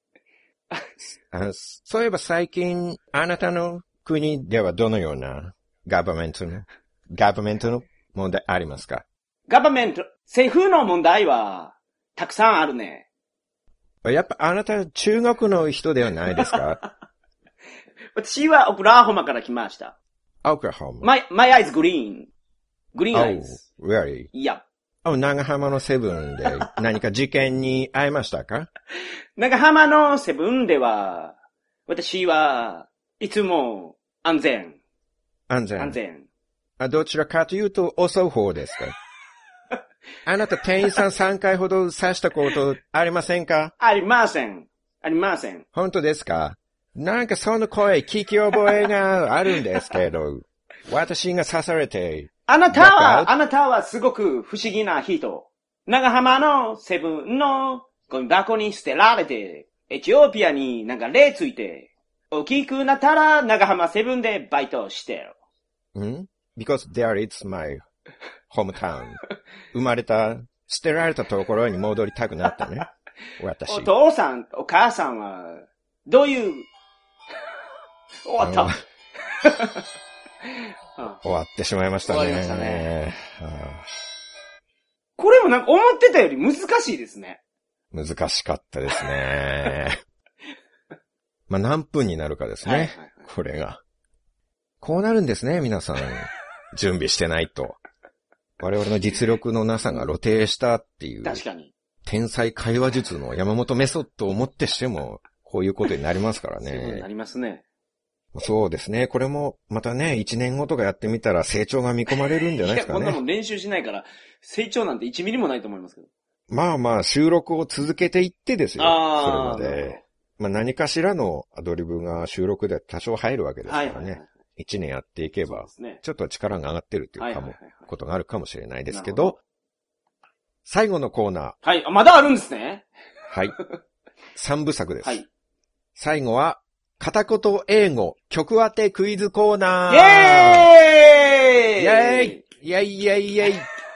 そういえば最近、あなたの国ではどのようなガバメントの問題ありますか？ 政府の問題はたくさんあるね。 やっぱあなた中国の人ではないですか？ 私はオクラホマから来ました。 オクラホマ。 My eyes green.Green eyes. Oh, really? Yeah. 長浜のセブンで何か事件に遭いましたか？ 長浜のセブンでは、私はいつも安全。 どちらかというと遅い方ですか？ あなた店員さん3回ほど刺したことありませんか？ ありません。ありません。 本当ですか？なんかその声聞き覚えがあるんですけど、私が刺されて。 あなたはすごく不思議な人。長浜のセブンのゴミ箱に捨てられて、エチオピアになんか霊ついて、大きくなったら長浜セブンでバイトしてる。 Because there it's my hometown. 生まれた、捨てられたところに戻りたくなったね。私。 お父さん、お母さんは、どういう、終わった。 終わってしまいましたね。 終わりましたね。これもなんか思ってたより難しいですね。 難しかったですね。まあ、何分になるかですね。はいはいはい、これが。こうなるんですね、皆さん。準備してないと。我々の実力のなさが露呈したっていう。 確かに。 天才会話術の山本メソッドをもってしても、こういうことになりますからね。 そういうことになりますね。 そうですね。これも、またね、1年後とかやってみたら成長が見込まれるんじゃないですかね。 いや、こんなもん練習しないから、成長なんて1ミリもないと思いますけど。 まあまあ、収録を続けていってですよ。それまで。まあ何かしらのアドリブが収録で多少入るわけですからね。はいはいはい、1年やっていけば、ね、ちょっと力が上がってるっていうかも、ことがあるかもしれないですけど、最後のコーナー。 はい、まだあるんですね。 はい。3部作です。 はい。 最後は、片言英語曲当てクイズコーナー。 イェーイイェーイイェイイェイイェイ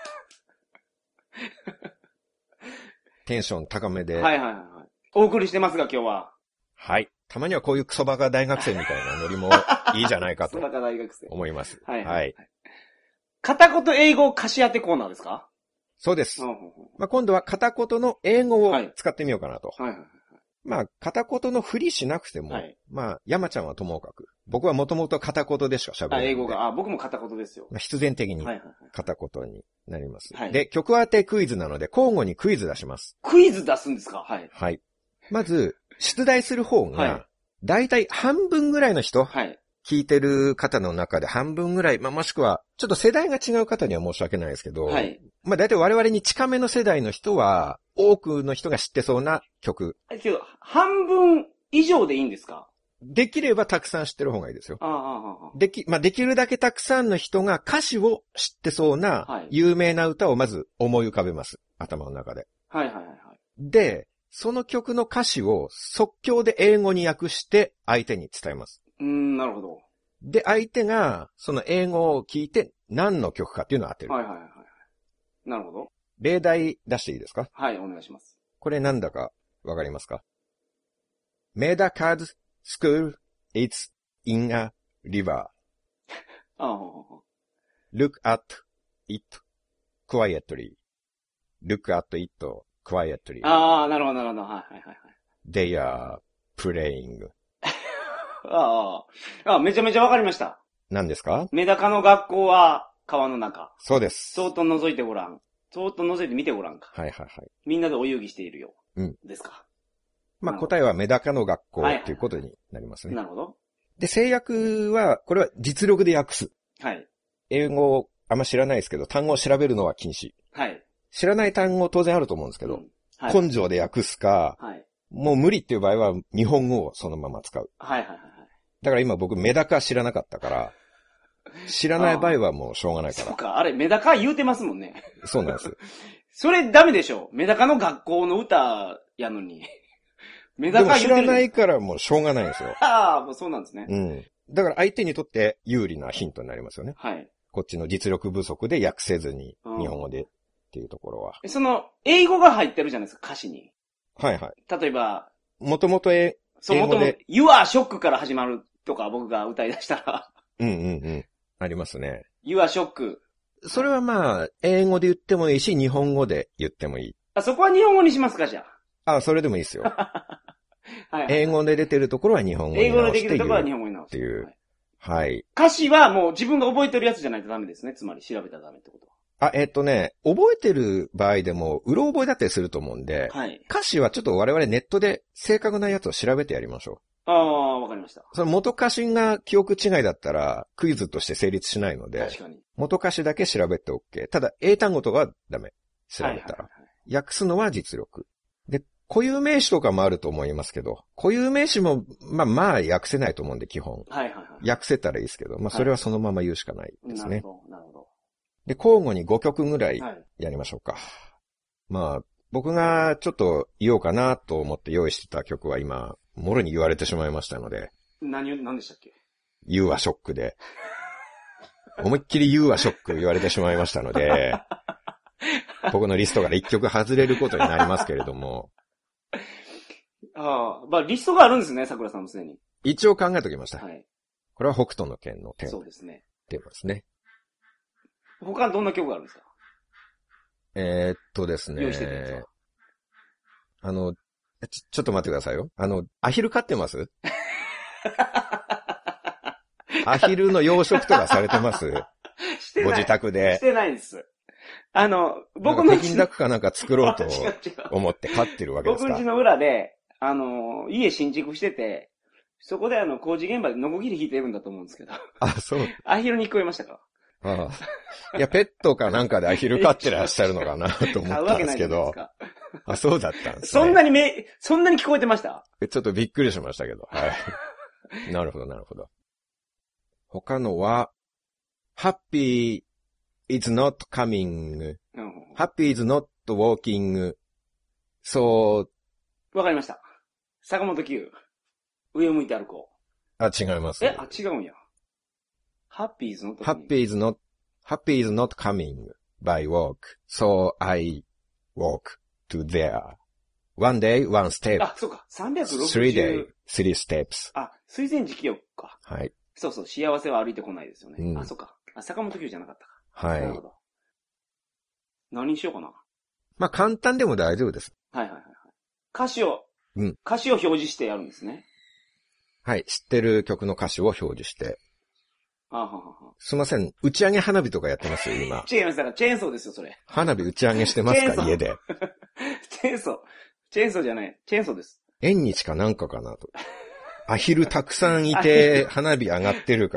テンション高めで。 はいはいはい。お送りしてますが今日は。 はい。たまにはこういうクソバカ大学生みたいなノリもいいじゃないかと。 クソバカ大学生。 思います。 はい、はい。はい。片言英語貸し当てコーナーですか？ そうです。まあ、今度は片言の英語を使ってみようかなと。 はいはいはい。 まあ、片言のふりしなくても、はい、まあ、山ちゃんはともかく。僕はもともと片言でしか喋れない。 英語が。僕も片言ですよ。 まあ、必然的に片言になります。はい、で、曲当てクイズなので、交互にクイズ出します。 クイズ出すんですか？はい。 はい。まず、出題する方が、だいたい半分ぐらいの人、はい、聞いてる方の中で半分ぐらい、まあ、もしくは、ちょっと世代が違う方には申し訳ないですけど、はい、まあ、だいたい我々に近めの世代の人は、多くの人が知ってそうな曲。 けど、半分以上でいいんですか？ できればたくさん知ってる方がいいですよ。まあ、できるだけたくさんの人が歌詞を知ってそうな、有名な歌をまず思い浮かべます。頭の中で。 はいはいはい。 で、その曲の歌詞を即興で英語に訳して相手に伝えます。 なるほど。 で、相手がその英語を聞いて何の曲かっていうのを当てる。 はいはいはい。なるほど。 例題出していいですか？ はい、お願いします。 これなんだかわかりますか？ Medacad school is in a river. Look at it quietly. Look at it quietly. なるほどなるほど。はいはいはい。 They are playing. めちゃめちゃわかりました。 何ですか？ メダカの学校は川の中。 そうです。 そーっと覗いてごらん。そーっと覗いてみてごらんか。 はいはいはい。 みんなでお遊戯しているよ。 うん。 ですか。 まあ、答えはメダカの学校ということになりますね。 なるほど。 で、制約は、これは実力で訳す。 はい。 英語をあんま知らないですけど、単語を調べるのは禁止。 はい。 知らない単語当然あると思うんですけど、はい、根性で訳すか、はい、もう無理っていう場合は日本語をそのまま使う。 はいはいはい。 だから今僕メダカ知らなかったから、知らない場合はもうしょうがないから。 そうか、あれメダカ言うてますもんね。 そうなんです。 それダメでしょ。メダカの学校の歌やのに。メダカ言うてる。 でも知らないからもうしょうがないんですよ。 もうそうなんですね。 うん。だから相手にとって有利なヒントになりますよね。 はい。 こっちの実力不足で訳せずに、日本語でっていうところは。 その、英語が入ってるじゃないですか、歌詞に。 はいはい。 例えば、 もともと英語で。 You are shock から始まるとか僕が歌い出したら。 うんうんうん。ありますね。 You are shock。 それはまあ、英語で言ってもいいし、日本語で言ってもいい。 そこは日本語にしますか、じゃあ。それでもいいですよ。 はいはい、 英語で出てるところは日本語に直して言う。 英語でできるところは日本語に直してっていう。はい。 歌詞はもう自分が覚えてるやつじゃないとダメですね。つまり調べたらダメってことは。 覚えてる場合でも、うろ覚えだったりすると思うんで、はい、歌詞はちょっと我々ネットで正確なやつを調べてやりましょう。 わかりました。 その元歌詞が記憶違いだったら、クイズとして成立しないので、 確かに。 元歌詞だけ調べて OK。ただ、英単語とかはダメ。 調べたら。訳すのは実力。で、固有名詞とかもあると思いますけど、固有名詞も、まあ訳せないと思うんで、基本。訳せたらいいですけど、それはそのまま言うしかないですね。 なるほど。 で、交互に5曲ぐらいやりましょうか。僕がちょっと言おうかなと思って用意してた曲は今、もろに言われてしまいましたので。 何でしたっけ？ You はショックで。思いっきり You はショック言われてしまいましたので、僕のリストから1曲外れることになりますけれども。 リストがあるんですね、桜さんもすでに。 一応考えておきました。 はい。 これは北斗の拳のテーマ。 そうですね。 テーマですね。 他どんな曲があるんですか？ ですね。 用意してたやつは。 ちょっと待ってくださいよ。アヒル飼ってますアヒルの養殖とかされてますしてない。 ご自宅で。 してないです。 僕の北京ダックかなんか作ろうと思って飼ってるわけですか？ 僕ん家の裏で、家新築してて、そこで工事現場でノコギリ引いてるんだと思うんですけど。 そう。 アヒルに聞こえましたか？ いや、ペットかなんかでアヒル飼ってらっしゃるのかなと思ったんですけど。そうだったんですね。 そんなに聞こえてました？ ちょっとびっくりしましたけど。はい。なるほど。他のは、Happy is not coming. Happy is not walking. そう。 わかりました。坂本九。上を向いて歩こう。違います。 違うんや。Happy is not coming by walk. So I walk to there. One day, one step. そうか。360。 Three day, three steps. 水前寺清か。 はい。 そう。幸せは歩いてこないですよね。そうか。坂本九じゃなかったか。 はい。 なるほど。何にしようかな。簡単でも大丈夫です。 はい。歌詞を表示してやるんですね。 はい。知ってる曲の歌詞を表示して。すいません。打ち上げ花火とかやってますよ、今。 違います。だからチェーンソーですよ、それ。 花火打ち上げしてますか、家で。 チェーンソーじゃない。チェーンソーです。 縁日かなんかかなと。アヒルたくさんいて、花火上がってるから、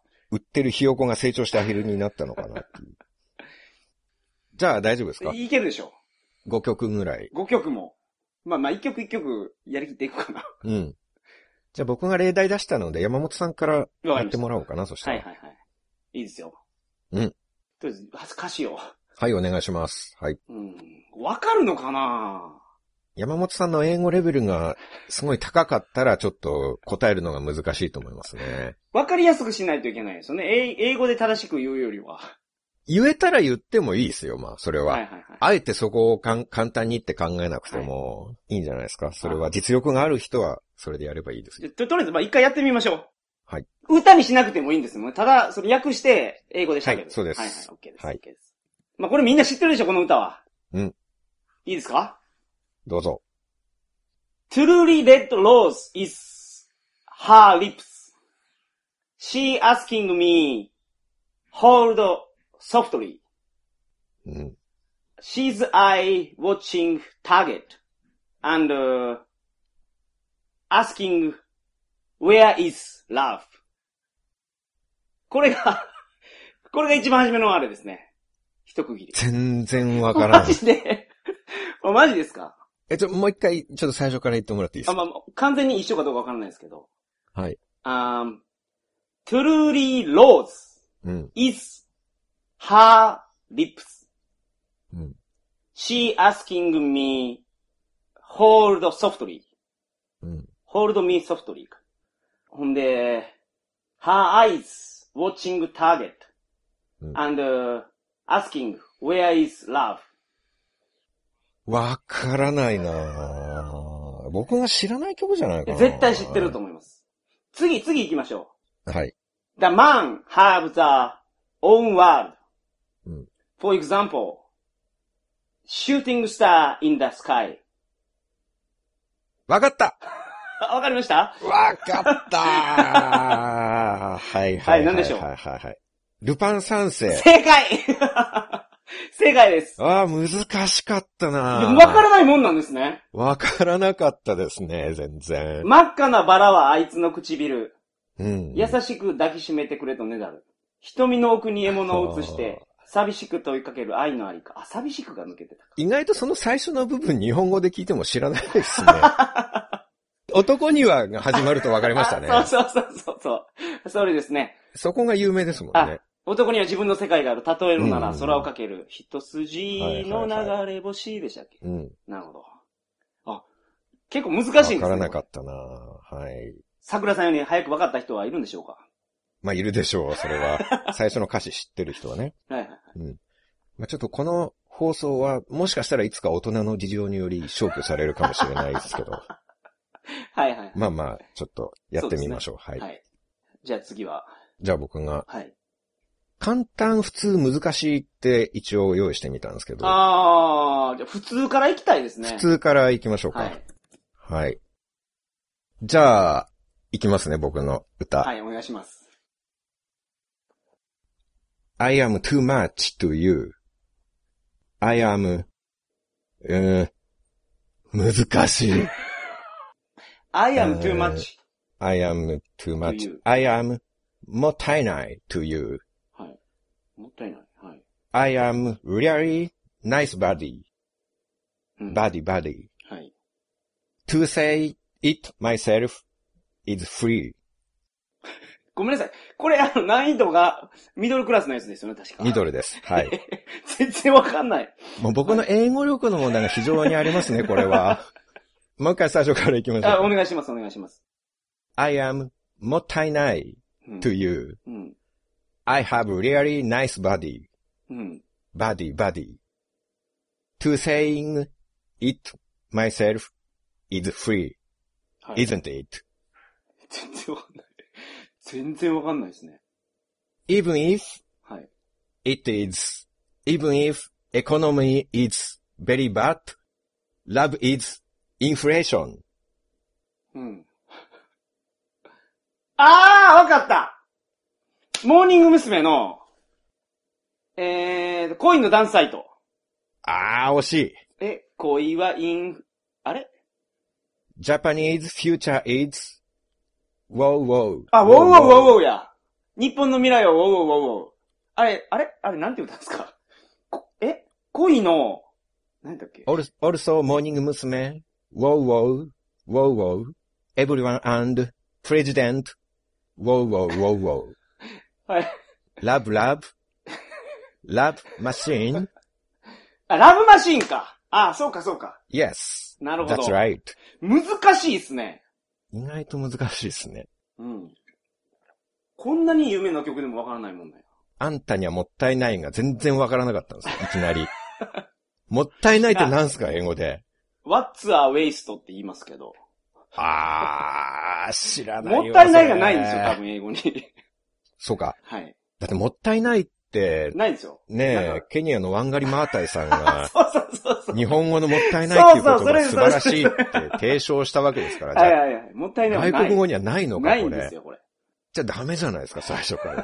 売ってるひよこが成長してアヒルになったのかなっていう。じゃあ大丈夫ですか？ いけるでしょ。 5曲ぐらい。 5曲も。1曲1曲やりきっていくかな。 じゃあ僕が例題出したので、山本さんからやってもらおうかな、そしたら。 はい。いいですよ。 とりあえず、歌詞を。 はい、お願いします。はい。 わかるのかな？ 山本さんの英語レベルがすごい高かったら、ちょっと答えるのが難しいと思いますね。 わかりやすくしないといけないですよね。英語で正しく言うよりは。 言えたら言ってもいいですよ、それは。あえてそこを簡単にって考えなくてもいいんじゃないですか。それは実力がある人はそれでやればいいですよ。 とりあえず、一回やってみましょう。 はい。 歌にしなくてもいいんですよ。ただ、それ訳して英語で喋る。 はい、そうです。 OK です。はい。OK です。これみんな知ってるでしょ、この歌は。 いいですか？ どうぞ。 Truly red rose is her lips. She asking me, hold softly. She's eye watching target and asking where is love. これが一番初めのあれですね。一区切り。 全然わからない。 マジでマジですか？ もう一回、ちょっと最初から言ってもらっていいですか？ 完全に一緒かどうかわからないですけど。 はい。 truly rose is her lips. She asking me, hold softly. hold me softly. ほんで、her eyes watching target. and asking, where is love? わからないなぁ。僕が知らない曲じゃないかな。 絶対知ってると思います。次行きましょう。はい。 The man have the own world. For example, shooting star in the sky. わかったわかりました？ わかったはい。 何でしょう？ ルパン三世。 正解正解です。 難しかったなぁ。 わからないもんなんですね。 わからなかったですね、全然。 真っ赤なバラはあいつの唇。優しく抱きしめてくれとねだる。瞳の奥に獲物を移して、 寂しく問いかける愛のありか。あ、寂しくが抜けてたか。 意外とその最初の部分日本語で聞いても知らないですね。男にはが始まると分かりましたね。 そう。それですね。 そこが有名ですもんね。 男には自分の世界がある。例えるなら空をかける。一筋の流れ星でしたっけ、なるほど。あ、結構難しいんですね。 分からなかったな。はい。 桜さんより早く分かった人はいるんでしょうか？ まあ、いるでしょう、それは。最初の歌詞知ってる人はね。 はい。 まあ、ちょっとこの放送は、もしかしたらいつか大人の事情により消去されるかもしれないですけど。 はい。 まあ、ちょっとやってみましょう。はい。 じゃあ次は。 じゃあ僕が。 はい。 簡単、普通、難しいって一応用意してみたんですけど。 じゃあ普通から行きたいですね。 普通から行きましょうか。はい。じゃあ、行きますね、僕の歌。 はい、お願いします。 I am too much to you. I am, 難しい。 I am too much. I am too much. I am もったいない to you. はい。もったいない。はい。 I am really nice body. Body. はい。 To say it myself is free. ごめんなさい。これ難易度がミドルクラスのやつですよね、確か。 ミドルです。はい。 全然わかんない。 もう僕の英語力の問題が非常にありますね、これは。もう一回最初から行きましょう。 お願いします。 I am もったいない to you. I have really nice body. Body. To saying it myself is free. Isn't it? 全然わかんないですね。 Even if, はい。 it is, even if economy is very bad, love is inflation. わかった。モーニング娘。の、恋のダンスサイト。 惜しい。 恋はあれ Japanese future is wow wow. wow や。日本の未来は wow。あれ、なんて歌うんですか？恋の、何だっけ？ Also, モーニング娘。wow wow. Everyone and president. wow. はい。 Love machine. ラブマシーンか。そうか。 Yes. なるほど。 That's right. 難しいっすね。 意外と難しいですね。 こんなに有名な曲でもわからないもんね。 あんたにはもったいないが全然わからなかったんですよ、いきなり。もったいないって何すか、英語で。 What's a waste って言いますけど。 知らないよ。 もったいないがないんですよ、多分英語に。 そうか。 はい。 だってもったいないって、 ないんですよ。 ねえ、ケニアのワンガリマータイさんが、 そう。 日本語のもったいないっていうことが素晴らしいって提唱したわけですから、 はい。もったいない外国語にはないのか、これ。 ないんですよ、これ。 じゃあダメじゃないですか、最初から。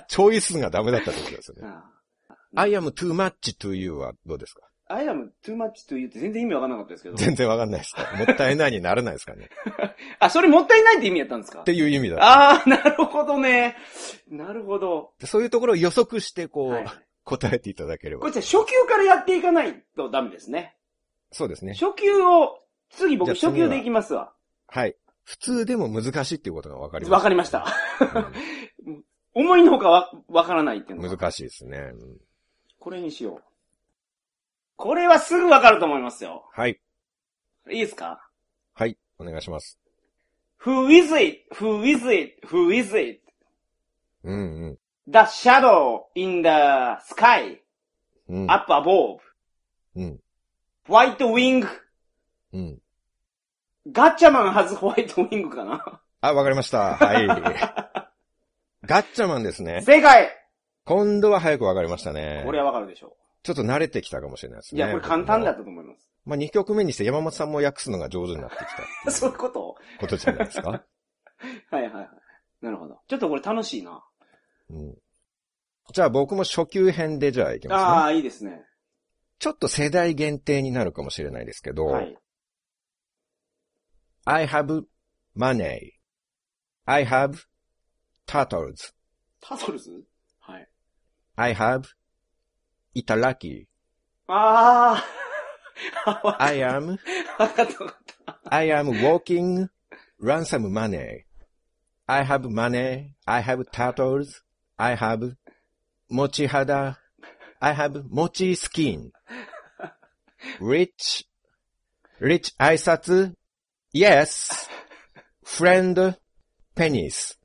チョイスがダメだったってことですよね。I am too much to you はどうですか？ I am too much to you って全然意味わかんなかったですけど。 全然わかんないですか？もったいないにならないですかね。 それもったいないって意味やったんですか？ っていう意味だ。 なるほどね。なるほど。 そういうところを予測して答えていただければ。 これじゃ初級からやっていかないとダメですね。 そうですね。 初級を、次僕初級でいきますわ。 はい。普通でも難しいっていうことがわかりました。 わかりました。思いのほかわからないっていうのが。難しいですね。 これにしよう。これはすぐわかると思いますよ。 はい。 いいですか？ はい。お願いします。 Who is it? Who is it? Who is it? The shadow in the sky. Up above. White wing. ガッチャマンはずホワイトウィングかな？ わかりました。はい。ガッチャマンですね。 正解！ 今度は早くわかりましたね。 これはわかるでしょう。 ちょっと慣れてきたかもしれないですね。 いや、これ簡単だったと思います。 2曲目にして山本さんも訳すのが上手になってきた。 そういうことじゃないですか？ はい。なるほど。ちょっとこれ楽しいな。 じゃあ僕も初級編でじゃあいきますね。 いいですね。 ちょっと世代限定になるかもしれないですけど、I have money. I have turtles. Turtles? はい。 I have いたらき。 ああ。I am, I am walking ransom money. I have money. I have turtles. I have もち肌. I have もちskin. Rich 挨拶 Yes. Friend penis.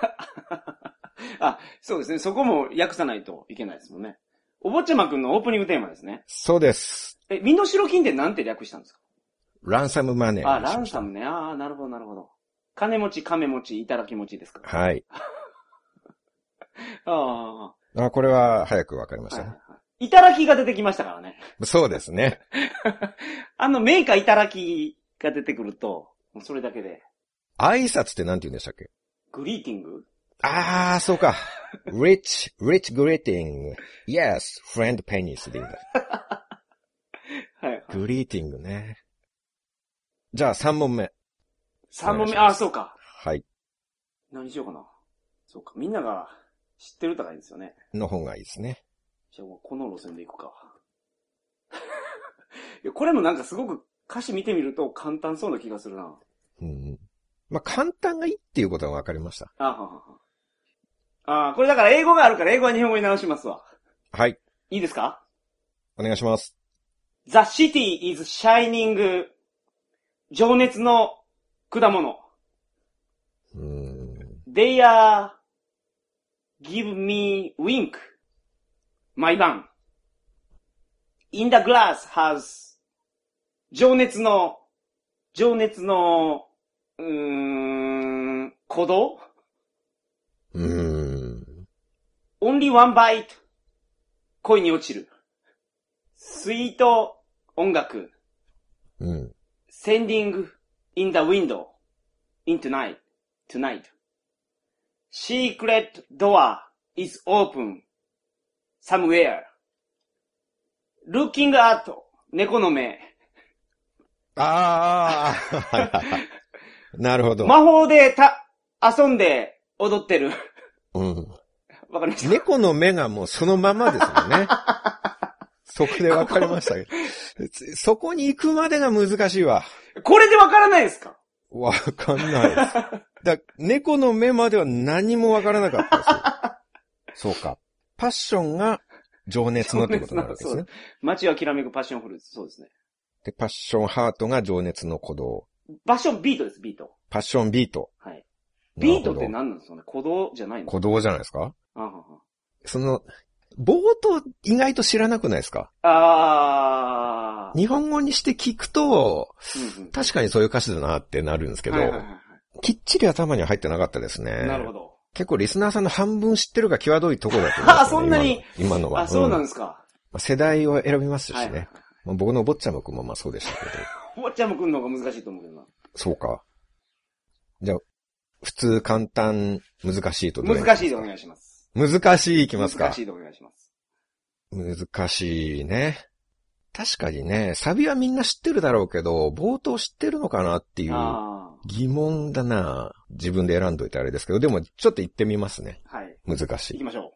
あ、そうですね。そこも訳さないといけないですもんね。お坊ちゃまくんのオープニングテーマですね。 そうです。 身代金ってなんて略したんですか？ ランサムマネー。 あ、ランサムね。ああ、なるほど、なるほど。金持ち、亀持ち、いただき持ちですか？ はい。 あこれは早くわかりましたね。 いただきが出てきましたからね。 そうですね。 メーカーいただきが出てくると、もうそれだけで。 挨拶ってなんて言うんでしたっけ？ グリーティング？ そうか。rich greeting. Yes, friend penis でいいんだ。 はい。 グリーティングね。じゃあ3問目。 3問目、そうか。 はい。 何しようかな。そうか。みんなが知ってる歌がいいんですよね。 の方がいいですね。 じゃあもうこの路線でいくか。いやこれもなんかすごく歌詞見てみると簡単そうな気がするな。 うん。まあ、簡単がいいっていうことは分かりました。 これだから英語があるから英語は日本語に直しますわ。 はい。 いいですか？ お願いします。 The city is shining 情熱の果物。They are give me wink 毎晩。In the glass has 情熱の鼓動？Only one bite 恋に落ちる。スイート音楽。Sending in the window in tonight. Secret door is open somewhere. Looking at 猫の目。 なるほど。 魔法で遊んで踊ってる。わかりました。 猫の目がもうそのままですよね。そこでわかりましたけど。そこに行くまでが難しいわ。 これでわからないですか？ わかんないです。猫の目までは何もわからなかったですよ。そうか。パッションが情熱のってことになるわけですね。 街はきらめくパッションフルーツ。そうですね。 で、パッションハートが情熱の鼓動。 パッションビートです、ビート。 パッションビート。 はい。ビートって何なんですかね？鼓動じゃないの？ 鼓動じゃないですか？冒頭意外と知らなくないですか？日本語にして聞くと、確かにそういう歌詞だなってなるんですけど、きっちり頭には入ってなかったですね。なるほど。結構リスナーさんの半分知ってるが際どいところだと思います、ね。 そんなに今のは。 そうなんですか。 世代を選びますしね。僕のお坊ちゃまくんもそうでしたけど。 お坊ちゃまくんの方が難しいと思うけどな。 そうか。じゃあ、普通、簡単、難しいとどれ？ 難しいでお願いします。 難しいいきますか？ 難しいでお願いします。 難しいね。確かにね、サビはみんな知ってるだろうけど、冒頭知ってるのかなっていう疑問だな。自分で選んどいてあれですけど、でもちょっと言ってみますね。 はい。 難しい。 行きましょ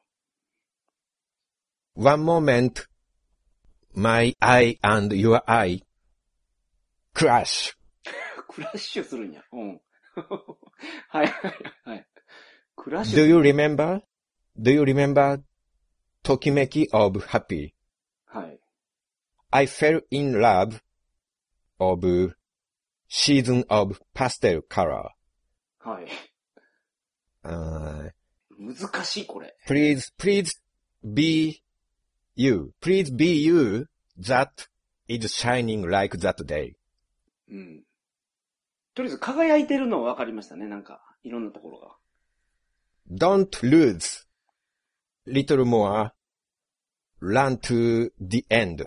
う。One moment, my eye and your eye, crash. クラッシュするんや。はい。クラッシュ。 Do you remember? ときめき of happy. はい。 I fell in love of season of pastel color. はい。難しいこれ。 Please be you. Please be you that is shining like that day. とりあえず輝いてるのは分かりましたね。なんか、いろんなところが。 Don't lose. Little more. Run to the end.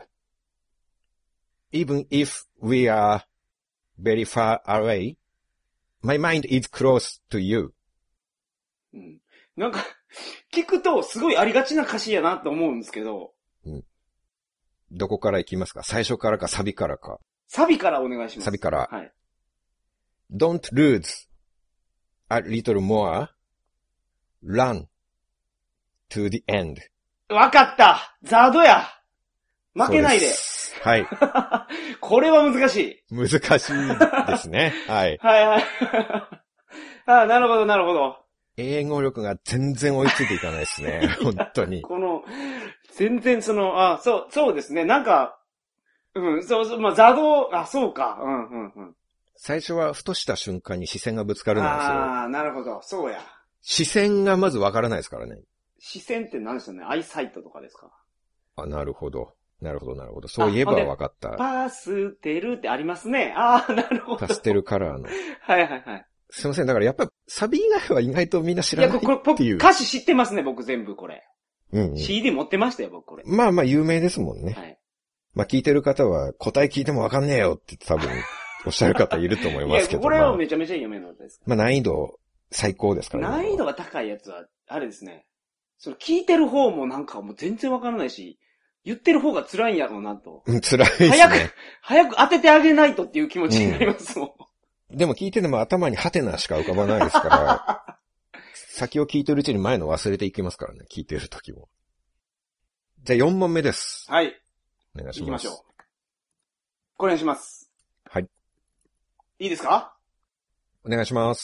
Even if we are very far away, my mind is close to you. なんか、聞くとすごいありがちな歌詞やなと思うんですけど。 どこから行きますか？最初からかサビからか。 サビからお願いします。 サビから。 はい。 Don't lose a little more. Run to the end. わかった。ザードや。負けないで。 はい。 これは難しい。 難しいですね。はい。 はいはい。あ、なるほどなるほど。 英語力が全然追いついていかないですね。本当に。 全然そうですね。なんか、うん、そう、まあ、ザード、そうか。うんうんうん。 最初はふとした瞬間に視線がぶつかるんですよ。 ああ、なるほど。そうや。 視線がまずわからないですからね。 視線って何ですよね。アイサイトとかですか？ あ、なるほど。なるほど、なるほど。そういえばわかった。 パステルってありますね。ああ、なるほど。 パステルカラーの。 はいはいはい。 すいません。だからやっぱサビ以外は意外とみんな知らないっていう。 歌詞知ってますね、僕全部これ。 うん、うん。 CD 持ってましたよ、僕これ。 まあまあ有名ですもんね。はい。まあ聞いてる方は答え聞いてもわかんねえよって多分おっしゃる方いると思いますけど。 いや、これはめちゃめちゃ有名な歌です。 まあ難易度最高ですからね。難易度が高いやつは、あれですね。聞いてる方もなんかもう全然わからないし、言ってる方が辛いんやろうなと。 うん、辛いですね。 早く当ててあげないとっていう気持ちになりますもん。 でも聞いてても頭にハテナしか浮かばないですから、先を聞いてるうちに前の忘れていきますからね、聞いてる時も。じゃあ4問目です。 はい。 お願いします。 行きましょう。お願いします。 はい。 いいですか？ お願いします。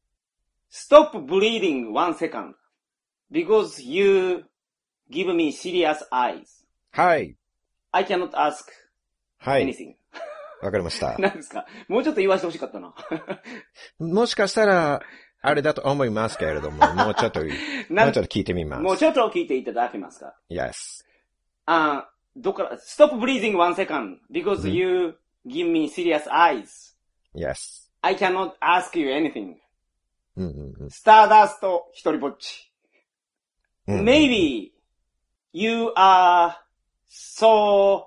Stop bleeding 1 second because you give me serious eyes. はい。 I cannot ask はい。 anything. わかりました。 何ですか？もうちょっと言わせてほしかったな。 もしかしたら、あれだと思いますけれども、もうちょっと聞いてみます。 もうちょっと聞いていただけますか？ Yes. どっから、Stop breathing 1 second because you give me serious eyes. Yes. I cannot ask you anything. スターダスト一人ぼっち。Maybe you are so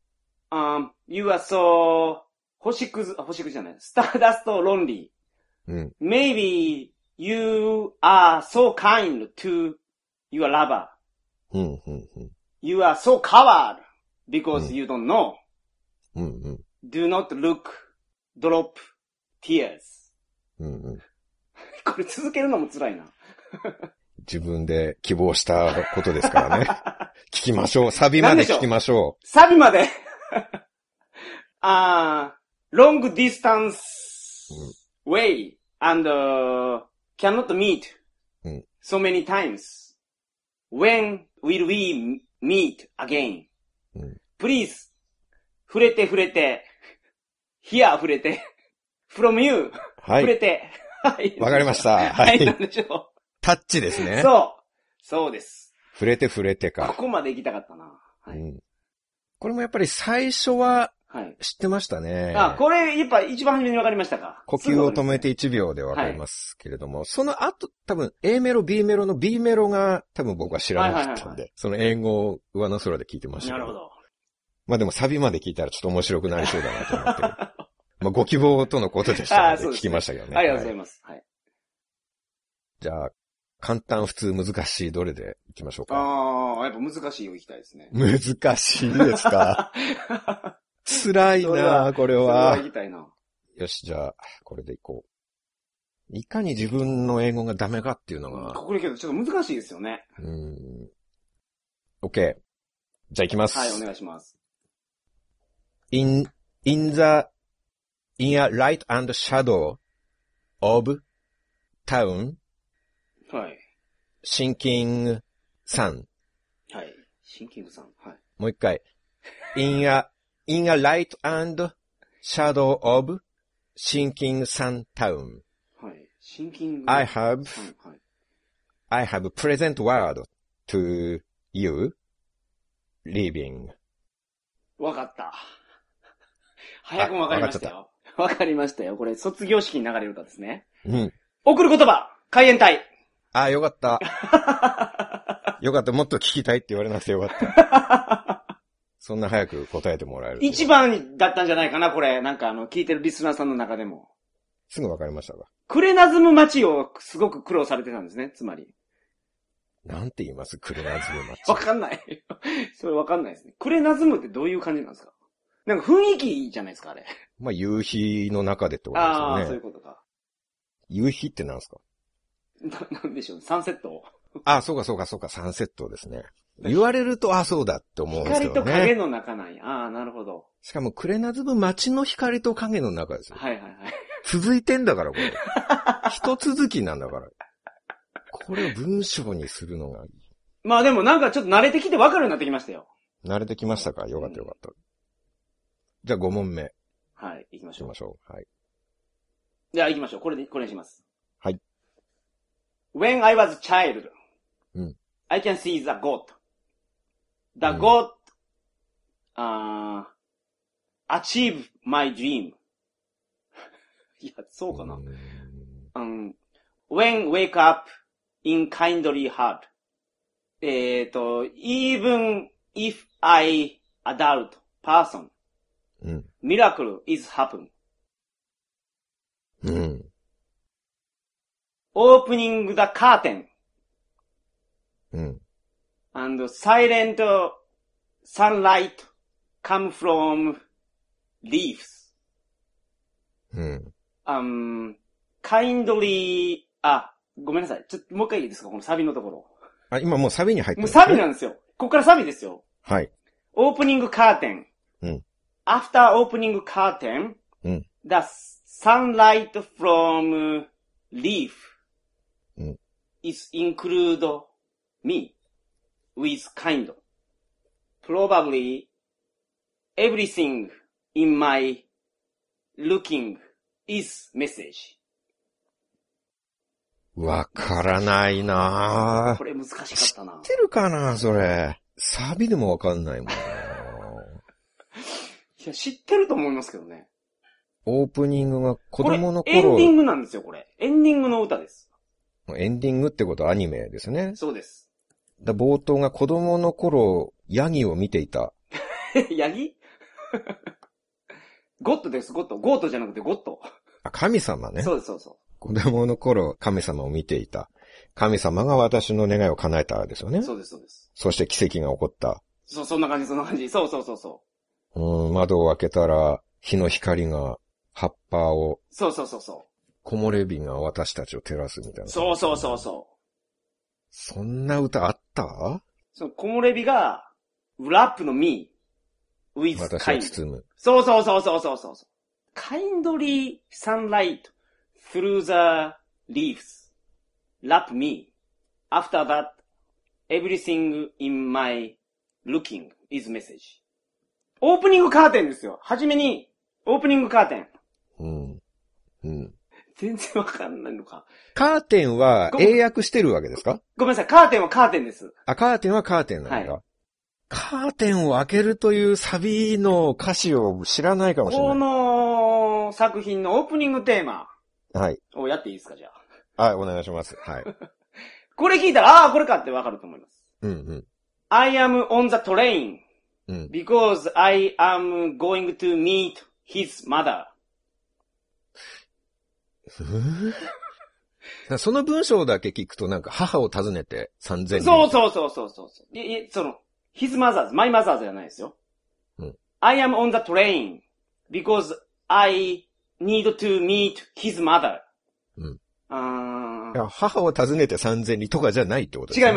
星屑じゃない。スターダストロンリー。Maybe you are so kind to your lover. You are so coward because you don't know. Do not look, drop tears. これ続けるのも辛いな。 自分で希望したことですからね。聞きましょう。サビまで聞きましょう。 サビまでlong distance way and cannot meet so many times. When will we meet again? Please 触れて触れて here 触れて from you 触れてはい。わかりました。 はい。なんでしょう。 タッチですね。 そうです。 触れて触れてか。 ここまで行きたかったな。はい。 これもやっぱり最初は知ってましたね。 これやっぱ一番初めにわかりましたか？ 呼吸を止めて1秒でわかりますけれども、その後多分 A メロ B メロの B メロが多分僕は知らなかったんで、その英語を上の空で聞いてましたけど。なるほど。まあでもサビまで聞いたらちょっと面白くなりそうだなと思って。まあご希望とのことでしたので聞きましたけどね。 ありがとうございます。はい。 じゃあ、簡単、普通、難しい、どれでいきましょうか。 やっぱ難しいを行きたいですね。 難しいですか。辛いなこれは。 それは行きたいな。 よし、じゃあ、これでいこう。いかに自分の英語がダメかっていうのが。 ここでけど、ちょっと難しいですよね。 OK。じゃあ行きます。 はい、お願いします。 in a light and shadow of town, はい。 sinking sun. はい。sinking sun. はい。 もう一回。in a light and shadow of sinking sun town. はい。sinking I have present word to you, leaving. わかった。早くもわかりましたよ。わかりましたよ。これ、卒業式に流れる歌ですね。送る言葉、海援隊。 よかった。よかった。もっと聞きたいって言われなくてよかった。そんな早く答えてもらえる。 一番だったんじゃないかな、これ。なんか聞いてるリスナーさんの中でも。 すぐわかりましたか。 クレナズム町をすごく苦労されてたんですね、つまり。 なんて言いますクレナズム町。 わかんない。それわかんないですね。クレナズムってどういう感じなんですか？なんか雰囲気じゃないですか、あれ。 まあ、夕日の中でってことですよね。 そういうことか。 夕日ってなんですか？ なんでしょう、サンセット。 そうか、サンセットですね。 言われると、あ、そうだって思うんですけどね。 光と影の中なんや。ああ、なるほど。 しかも、クレナズム街の光と影の中ですよ。 はいはいはい。 続いてんだから、これ。一続きなんだから。これを文章にするのがいい。 まあでもなんかちょっと慣れてきて分かるようになってきましたよ。 慣れてきましたか？よかったよかった。じゃあ5問目。 はい、行きましょう。 行きましょう。はい。 じゃあ行きましょう。これにします。 はい。 When I was a child, うん。 I can see the goat. The goat, achieve my dream. いや、そうかな。When wake up in kindly heart. Even if I adult person, miracle is happen. うん。 Opening the curtain. うん。 And silent sunlight come from leaves. うん。 kindly, ごめんなさい。ちょっともう一回いいですか？このサビのところ。 あ、今もうサビに入ってる、 もうサビなんですよ。ここからサビですよ。 はい。 Opening curtain. うん。 After opening curtain, うん。 the sunlight from leaf, うん。 is include me with kind. Probably everything in my looking is message. わからないなぁ。 これ難しかったな。 知ってるかなそれ。サビでもわかんないもんな。いや、知ってると思いますけどね。 オープニングが子供の頃。 エンディングなんですよ、これ。エンディングの歌です。 エンディングってことはアニメですね。 そうです。 冒頭が子供の頃、ヤギを見ていた。 ヤギゴッドです、ゴッド。ゴートじゃなくてゴッド。 神様ね。 そうです、そうそう。 子供の頃、神様を見ていた。神様が私の願いを叶えたですよね。 そうです、そうです。 そして奇跡が起こった。 そう、そんな感じ、そんな感じ。そう。 窓を開けたら、日の光が葉っぱを。 そう。 木漏れ日が私たちを照らすみたいな。 そう。 そんな歌あった？ その木漏れ日が、ラップのミー、with 私を包む。 そう。kindly sunlight through the leaves, wrap me. After that, everything in my looking is message. オープニングカーテンですよ。はじめに、オープニングカーテン。全然わかんないのか。 カーテンは英訳してるわけですか？ ごめんなさい、カーテンはカーテンです。 カーテンはカーテンなんだ。はい、カーテンを開けるというサビの歌詞を知らないかもしれない。 この作品のオープニングテーマ。 はい。 をやっていいですか、じゃあ。はい、お願いします。はい。 これ聞いたら、これかってわかると思います。I am on the train, because I am going to meet his mother. その文章だけ聞くとなんか母を訪ねて3000人。 そう。his mother, my mother じゃないですよ。I am on the train, because I need to meet his mother. いや母を訪ねて3000里とかじゃないってことですね。 違います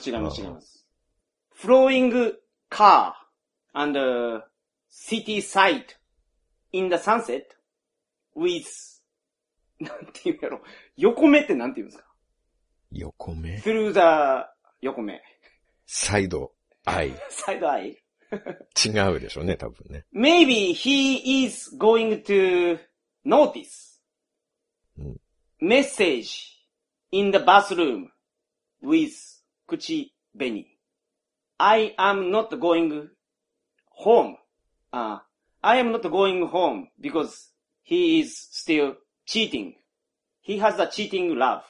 。flowing car and city sight in the sunset with なんて言うんやろ。横目ってなんて言うんですか？ 横目 through the 横目。 サイドアイ。 サイドアイ違うでしょうね、多分ね。 Maybe he is going to notice message in the bathroom with 口紅。I am not going home. I am not going home because he is still cheating. He has a cheating love.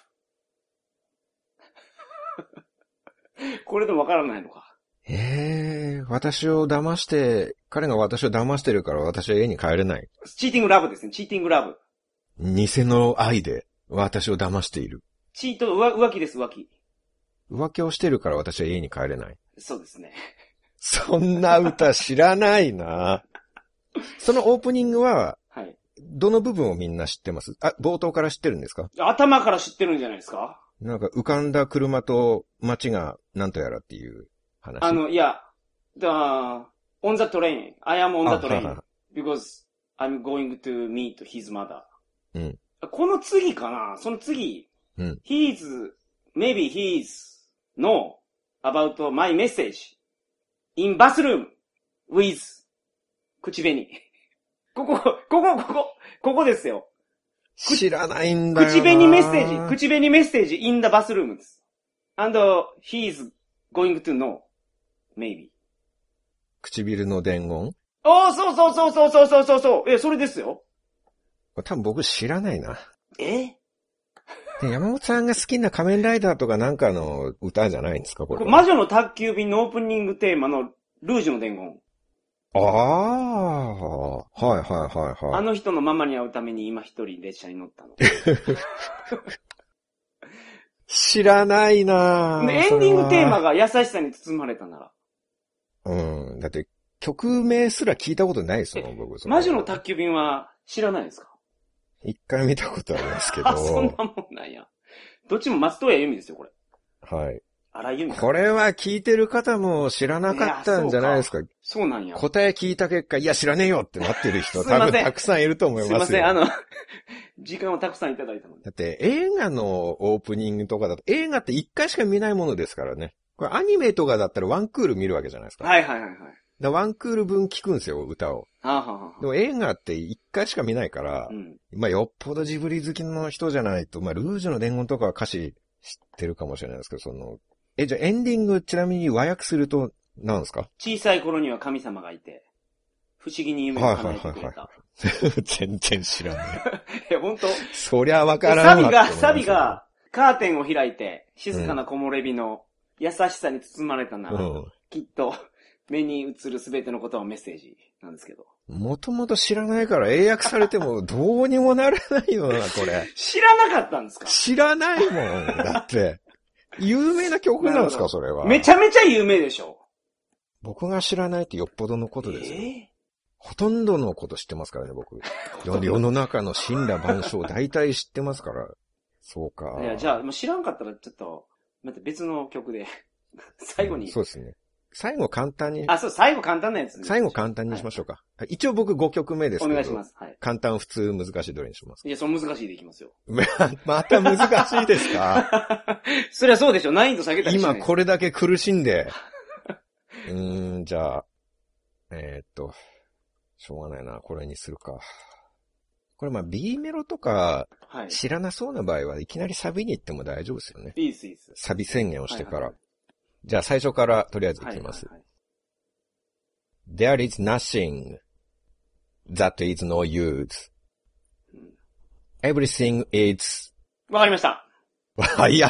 これでもわからないのか。 私を騙して、彼が私を騙してるから私は家に帰れない。 チーティングラブですね。チーティングラブ。 偽の愛で私を騙している。 チート、浮気です、浮気。 浮気をしてるから私は家に帰れない。 そうですね。 そんな歌知らないな。そのオープニングは、 はい。 どの部分をみんな知ってます？冒頭から知ってるんですか？ 頭から知ってるんじゃないですか？ なんか浮かんだ車と街がなんとやらっていう。 話。 いや、on the train. I am on the train. Because I'm going to meet his mother. うん。 この次かなその次。 うん。 maybe he's know about my message in bathroom with 口紅。ここですよ。 知らないんだよな。 口紅メッセージ in the bathroom です。and he's going to know, maybe. 唇の伝言？ そう。それですよ。 多分僕知らないな。 山本さんが好きな仮面ライダーとかなんかの歌じゃないんですかこれ。 魔女の宅急便のオープニングテーマのルージュの伝言。 はい。 あの人のママに会うために今一人列車に乗ったの。 知らないなぁ。 エンディングテーマが優しさに包まれたなら。 うん。だって曲名すら聞いたことないですもん、僕。 魔女の宅急便は知らないですか？ 一回見たことありますけど。 そんなもんなんや。どっちも松任谷由実ですよ、これ。 はい。 荒井由実。 これは聞いてる方も知らなかったんじゃないですか。 そうなんや。 答え聞いた結果、いや知らねえよってなってる人多分たくさんいると思いますよ。 すいません、時間をたくさんいただいたので。 だって映画のオープニングとかだと、映画って一回しか見ないものですからね。これアニメとかだったらワンクール見るわけじゃないですか。 はい。 ワンクール分聞くんですよ、歌を。でも映画って一回しか見ないから、よっぽどジブリ好きの人じゃないと、ルージュの伝言とかは歌詞知ってるかもしれないですけど、じゃあエンディングちなみに和訳すると何ですか？ 小さい頃には神様がいて、不思議に夢を叶えてくれた。 全然知らない。 本当？ そりゃわからんわ。 サビがカーテンを開いて、静かな木漏れ日の優しさに包まれたなら、きっと目に映るすべてのことはメッセージなんですけど。 もともと知らないから英訳されてもどうにもならないよな、これ。 知らなかったんですか？ 知らないもん。だって。有名な曲なんですか、それは。 めちゃめちゃ有名でしょ。 僕が知らないってよっぽどのことですよ。ほとんどのこと知ってますからね、僕。世の中の神羅万象大体知ってますから。そうか。 いや、じゃあ、もう知らんかったらちょっと、また別の曲で、最後に。 そうですね。最後簡単に。 最後簡単なやつ、ね。 最後簡単にしましょうか。はい、一応僕5曲目ですけど。 お願いします。はい。 簡単、普通、難しいどれにします？ いや、その難しいでいきますよ。 また難しいですか？ そりゃそうでしょ。難易度下げたりしない。 今これだけ苦しんで。じゃあ、しょうがないな。これにするか。これB メロとか、知らなそうな場合はいきなりサビに行っても大丈夫ですよね。 いいです。 サビ宣言をしてから。じゃあ最初からとりあえず行きます。There is nothing that is no use. Everything is. わかりました。 早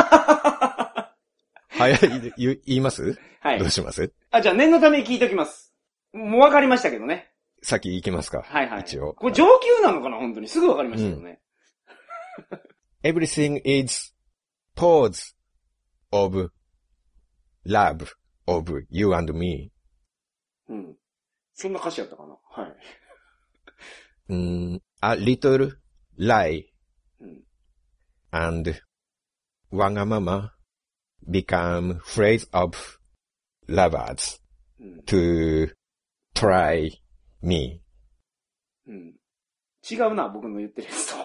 い、言います？はい。どうします？ じゃあ念のために聞いときます。もうわかりましたけどね。 先行きますか。 はい。 一応。 これ上級なのかな本当に。すぐわかりましたけどね。 Everything is pause of love of you and me. そんな歌詞やったかな。はい。 a little lie and wagamama become phrase of lovers to try me. 違うな、僕の言ってるやつと。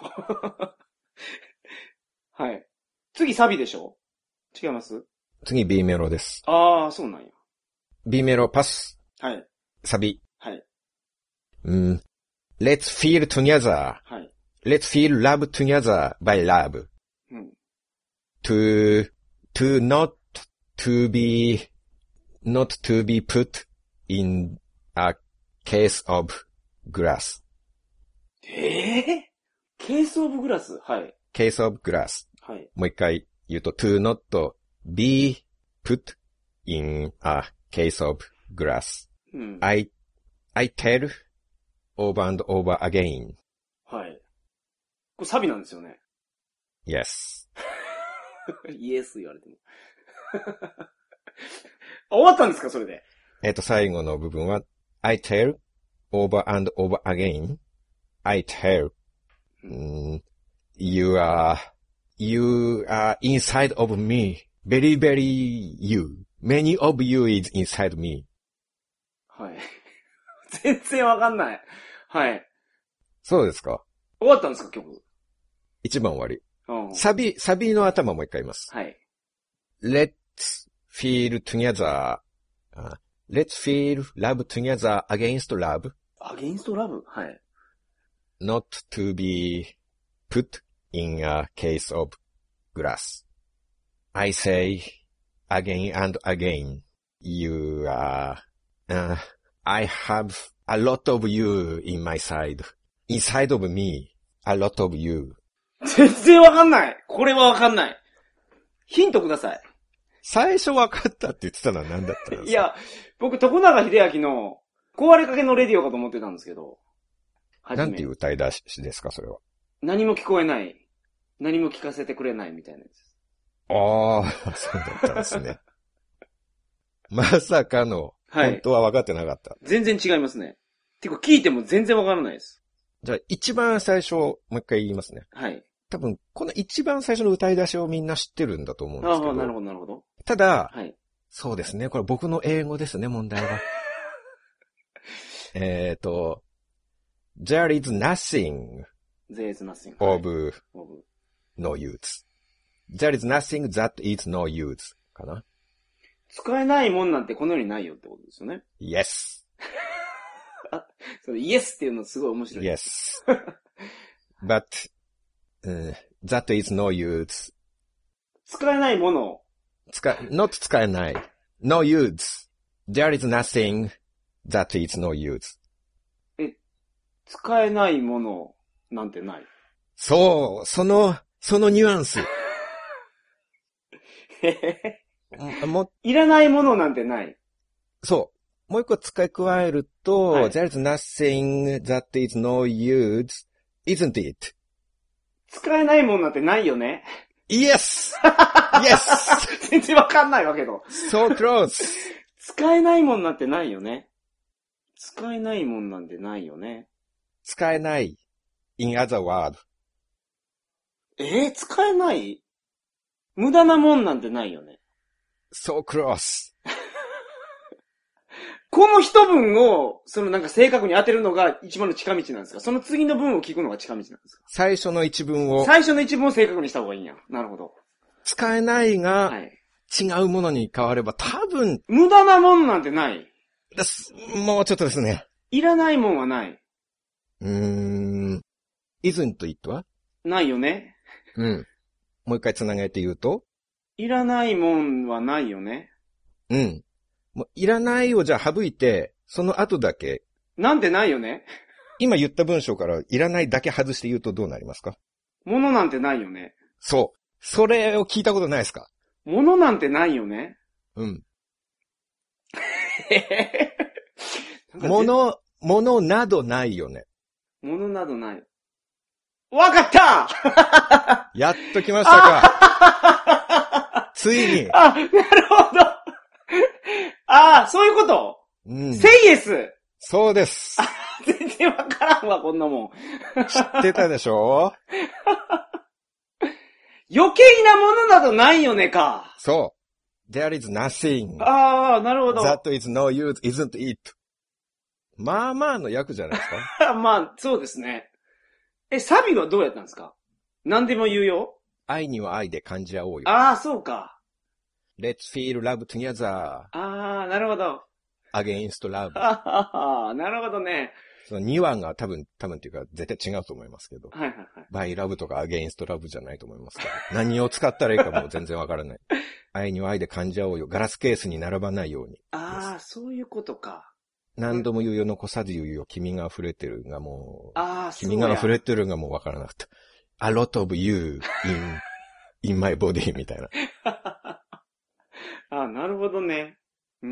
はい。次サビでしょ？違います？ 次 B メロです。 そうなんや。 B メロパス。 はい。 サビ。 はい。 Let's feel together. はい。 Let's feel love together by love. To not to be put in a case of glass. ケースオブグラス？はい。 case of glass. はい。 もう一回言うと to not be put in a case of glass. I tell over and over again. はい。これサビなんですよね。 Yes. イエス言われても。終わったんですかそれで。 最後の部分は I tell over and over again. I tell. You are inside of me. Very, very you. Many of you is inside me. はい。全然わかんない。はい。 そうですか。 終わったんですか、曲。 一番終わり。 うん、 サビの頭もう一回言います。 はい。 Let's feel together.、Let's feel love together against love.Against love? はい。 Not to be put in a case of glass. I say again and again, you are,、I have a lot of you in my side. Inside of me, a lot of you. 全然わかんない。これはわかんない。ヒントください。 最初わかったって言ってたのは何だったんですか？ いや、僕、徳永英明の壊れかけのレディオかと思ってたんですけど。 なんていう歌い出しですか、それは。 何も聞こえない。何も聞かせてくれないみたいなやつです。 ああ、そうだったんですね。まさかの、本当は分かってなかった。 全然違いますね。てか聞いても全然分からないです。 じゃあ一番最初、もう一回言いますね。 はい。 多分、この一番最初の歌い出しをみんな知ってるんだと思うんですけど。 ああ、なるほど、なるほど。 ただ、 はい。 そうですね。これ僕の英語ですね、問題は。There is nothing of no use. There is nothing that is no use. かな。 使えないもんなんてこの世にないよってことですよね。 Yes. それ Yes っていうのすごい面白い。 Yes. But,、that is no use. 使えないもの。 not 使えない。No use. There is nothing that is no use. 使えないものなんてない。 そう、そのニュアンス。 いらないものなんてない。 そう。もう一個付け加えると、 はい、 There is nothing that is no use, isn't it? 使えないものなんてないよね。 Yes! Yes! 全然わかんないわけど。 So close! 使えないもんなんてないよね。使えないもんなんてないよね。 使えない。in other word. 使えない？無駄なもんなんてないよね。 So close. この一文を、なんか正確に当てるのが一番の近道なんですか？その次の文を聞くのが近道なんですか？ 最初の一文を正確にした方がいいんや。なるほど。 使えないが、違うものに変われば多分、 無駄なもんなんてない。 もうちょっとですね。 いらないもんはない。 isn't it は？ ないよね。 うん。もう一回つなげて言うと？ いらないもんはないよね。 うん。もういらないをじゃあ省いて、その後だけ。 なんてないよね。 今言った文章からいらないだけ外して言うとどうなりますか？ ものなんてないよね。 そう。それを聞いたことないですか？ ものなんてないよね。 うん。ものなどないよね。 ものなどない。わかったやっと来ましたかついに。 なるほど。そういうこと、 うん、 セイエス。 そうです。 全然わからんわ、こんなもん。 知ってたでしょ余計なものなどないよねか。 そう。There is nothing. なるほど。 That is no use, isn't it? まあまあの訳じゃないですか。 まあ、そうですね。サビはどうやったんですか？何でも言うよ。 愛には愛で感じ合おうよ。 そうか。 Let's feel love together. なるほど。 against love. なるほどね。 その2話が多分っていうか絶対違うと思いますけど。 はいはいはい。 by love とか against love じゃないと思いますから。何を使ったらいいかもう全然わからない。愛には愛で感じ合おうよ。ガラスケースに並ばないように。 そういうことか。 何度も言うよ残さず言うよ。君が溢れてるがもう。 君が溢れてるがもうわからなかった。a lot of you in my body みたいな。なるほどね。うん。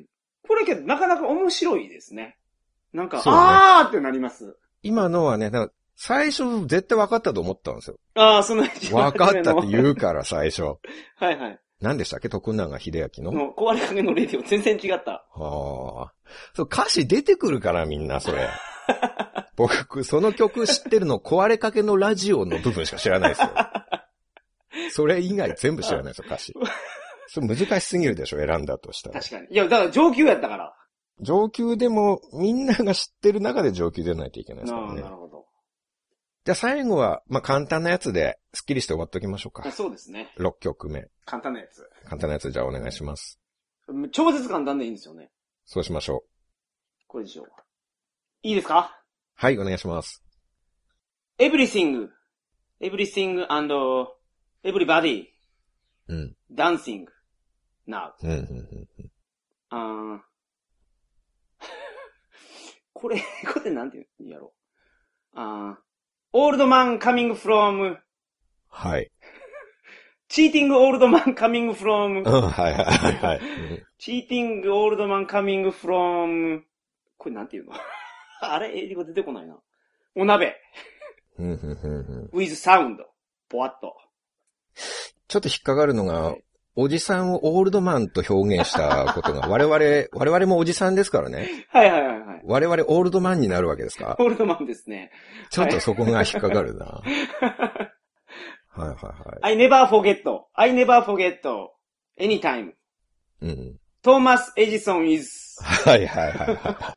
これけどなかなか面白いですね。なんか、ね、ってなります。 今のはね、最初絶対分かったと思ったんですよ。 その分かったって言うから最初。 はいはい。 何でしたっけ？徳永英明の壊れかけのレディオ全然違った。 そう歌詞出てくるからみんなそれ。僕、その曲知ってるの壊れかけのラジオの部分しか知らないですよ。それ以外全部知らないですよ、歌詞。 それ難しすぎるでしょ、選んだとしたら。 確かに。いや、だから上級やったから。 上級でも、みんなが知ってる中で上級でないといけないですからね。 なるほど。 じゃあ最後は、まあ、簡単なやつで、スッキリして終わっときましょうか。 そうですね。 6曲目。 簡単なやつ。 簡単なやつ、じゃあお願いします。 超絶簡単でいいんですよね。 そうしましょう。 これでしょう。いいですか？ はい、お願いします。 Everything and everybody. うん。 dancing now. これなんて言うんやろう。old man coming from. はい。 cheating old man coming from. はいはいはいはい。 cheating old man coming from. これなんて言うのあれ英語出てこないな。お鍋。with sound. ぽわっと。 ちょっと引っかかるのが、おじさんをオールドマンと表現したことが、我々もおじさんですからね。 はいはいはいはい。 我々オールドマンになるわけですか？ オールドマンですね。 ちょっとそこが引っかかるな。はいはいはい。 I never forget anytime. うん。 Thomas Edison is. はいはいはいはい。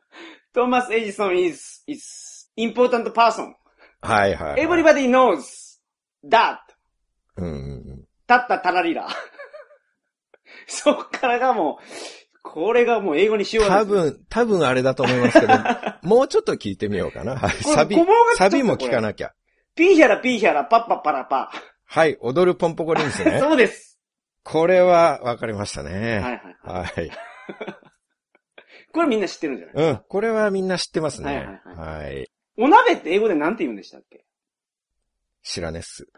Thomas Edison is important person. はいはい、はい。 Everybody knows that. たったたらりら。そっからがもう、これがもう英語にしようです、ね。 多分あれだと思いますけど、もうちょっと聞いてみようかな。はい。サビも聞かなきゃ。 ピーヒャラピーヒャラパッパッパラパ。 はい、踊るポンポコリンですね。 そうです。 これはわかりましたね。 はいはいはい。はい。これみんな知ってるんじゃないですか？ これはみんんな知ってますね。 はいはいはい。 はい。 お鍋って英語でなんて言うんでしたっけ？ 知らねっす。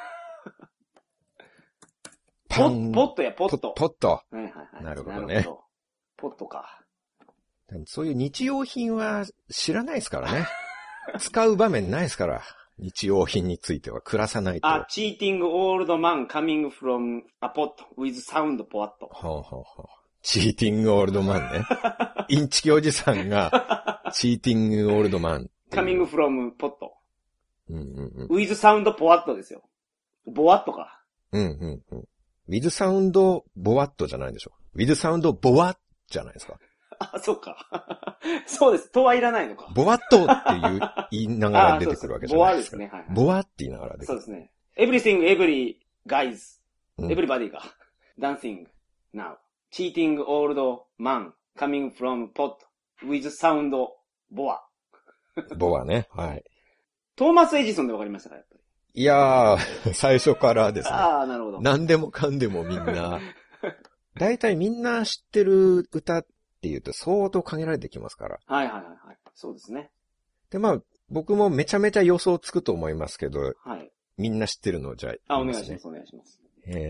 ポットや、ポット。 ポット。 はいはいはい。 なるほどね。 ポットか。 そういう日用品は知らないですからね。使う場面ないですから。日用品については暮らさないと。 cheating old man coming from a pot with sound ポワット。 ほうほうほう。チーティングオールドマンね。インチキおじさんが、チーティングオールドマン。 coming from pot。 with sound ポワットですよ。ボワットか。 with sound ボワットじゃないでしょ。with sound ボワッじゃないですか。 そうか。そうです。とはいらないのか。 ボワットって言いながら出てくるわけじゃないですか。 ボワですね。はい、 ボワって言いながら出てくる。 そうですね。everything, every guys, everybody が、dancing now, cheating old man coming from pot with sound ボワ。 ボワね。はい。 トーマス・エジソンでわかりましたか、やっぱり。 いやー、最初からですね。 なるほど。 何でもかんでもみんな。だいたいみんな知ってる歌って言うと相当限られてきますから。 はいはいはいはい。そうですね。 で、まあ、僕もめちゃめちゃ予想つくと思いますけど、 はい。 みんな知ってるのじゃあ、お願いします、お願いします。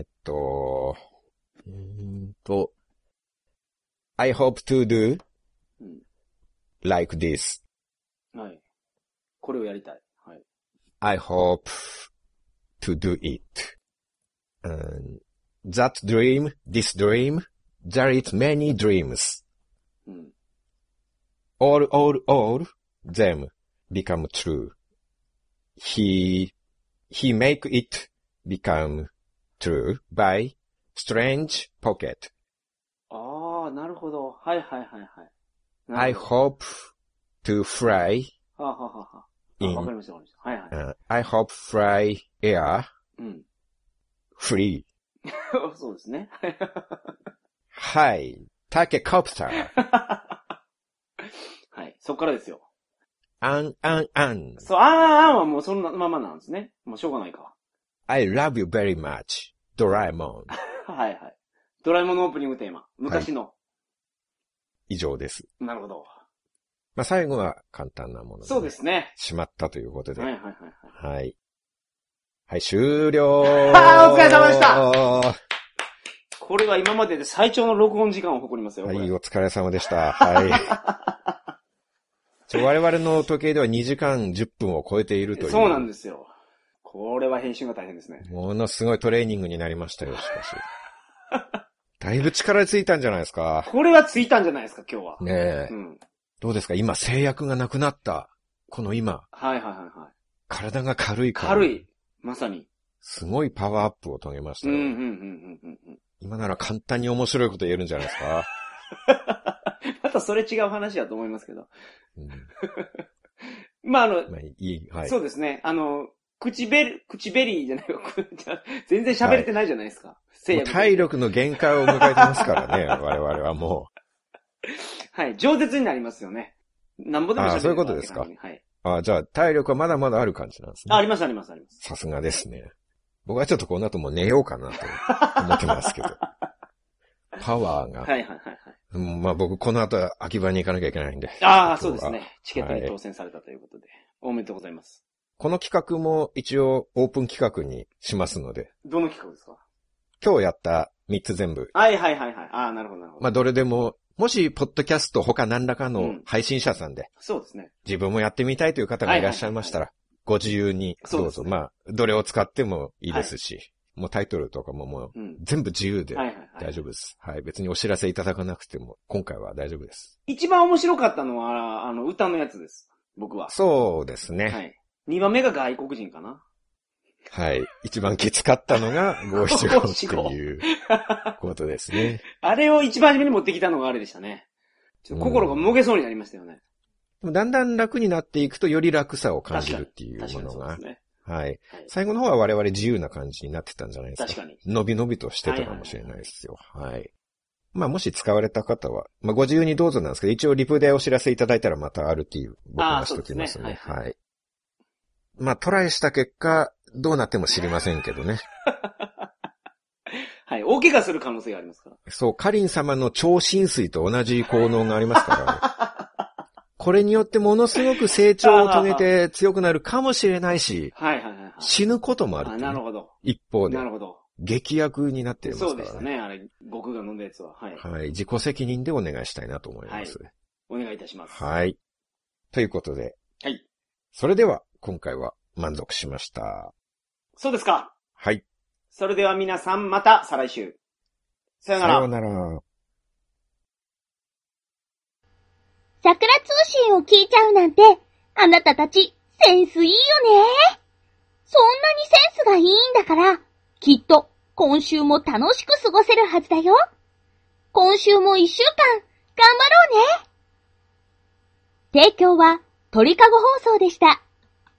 I hope to do like this. はい。これをやりたい。はい。 I hope to do it. That dream, this dream, there is many dreams. All them become true. He make it become true by strange pocket. なるほど。はいはいはいはい。 I hope to fly. わかりましたわかりました。はいはい。 I hope fly air. Free. そうですね。 はい。タケコプター。 はい。そっからですよ。 アン。 そう、アンはもうそのままなんですね。もうしょうがないか。 I love you very much. ドラえもん。 はいはい。ドラえもんのオープニングテーマ。昔の。はい、 以上です。 なるほど。 まあ、最後は簡単なもので、 そうですね。 しまったということで。 はいはいはい、 はい。はい。はい、終了。 お疲れ様でした。これは今までで最長の録音時間を誇りますよ。 はい、お疲れ様でした。はい。我々の時計では2時間10分を超えているという。 そうなんですよ。これは編集が大変ですね。 ものすごいトレーニングになりましたよ、しかし。だいぶ力ついたんじゃないですか。 これはついたんじゃないですか、今日は。 ねえ。どうですか今、制約がなくなった。この今。 はいはいはいはい。 体が軽いから。 軽い。まさに。 すごいパワーアップを遂げましたよ。 今なら簡単に面白いこと言えるんじゃないですか。 またそれ違う話だと思いますけど。 うん、 まあいい、はい。 そうですね。口ベリーじゃないよ。全然喋れてないじゃないですか。 はい、体力の限界を迎えてますからね、我々はもう。はい、饒舌になりますよね。なんぼでも喋れる。 そういうことですか。 はい。 じゃあ、体力はまだまだある感じなんですね。 あります。 さすがですね。僕はちょっとこの後も寝ようかなと思ってますけど。パワーが。 はい。 まあ僕この後秋葉に行かなきゃいけないんで。 そうですね。チケットに当選されたということで、おめでとうございます。 この企画も一応オープン企画にしますので。 どの企画ですか？ 今日やった3つ全部。 はい。なるほど。 まあどれでも、もしポッドキャスト他何らかの配信者さんで、 そうですね。 自分もやってみたいという方がいらっしゃいましたら、ご自由にどうぞ。まあどれを使ってもいいですし、もうタイトルとかももう全部自由で大丈夫です。はい。別にお知らせいただかなくても今回は大丈夫です。 一番面白かったのは歌のやつです。僕は。そうですね。はい。2番目が外国人かな。 はい。一番きつかったのが575っていうことですね。 あれを一番初めに持ってきたのがあれでしたね。ちょっと心がもげそうになりましたよね。 だんだん楽になっていくとより楽さを感じるっていうものが。はい。最後の方は我々自由な感じになってたんじゃないですか。確かに。のびのびとしてたかもしれないですよ。はい。まあもし使われた方は、まあご自由にどうぞなんですけど、一応リプでお知らせいただいたらまた RT 僕がしときますね。はい。まあトライした結果、どうなっても知りませんけどね。 はい。大怪我する可能性がありますから。 そう、カリン様の超浸水と同じ効能がありますから、ね。これによってものすごく成長を遂げて強くなるかもしれないし、死ぬこともあるって、ね。 なるほど。 一方で。 なるほど。 劇薬になっていますからね。 そうでしたね。あれ、僕が飲んだやつは。はい。 はい。自己責任でお願いしたいなと思います。 はい。お願いいたします。 はい。ということで。 はい。 それでは、今回は満足しました。 そうですか。 はい。 それでは皆さんまた再来週。さよなら。 さよなら。 桜通信を聞いちゃうなんて、あなたたちセンスいいよね。そんなにセンスがいいんだから、きっと今週も楽しく過ごせるはずだよ。今週も1週間頑張ろうね。提供は鳥かご放送でした。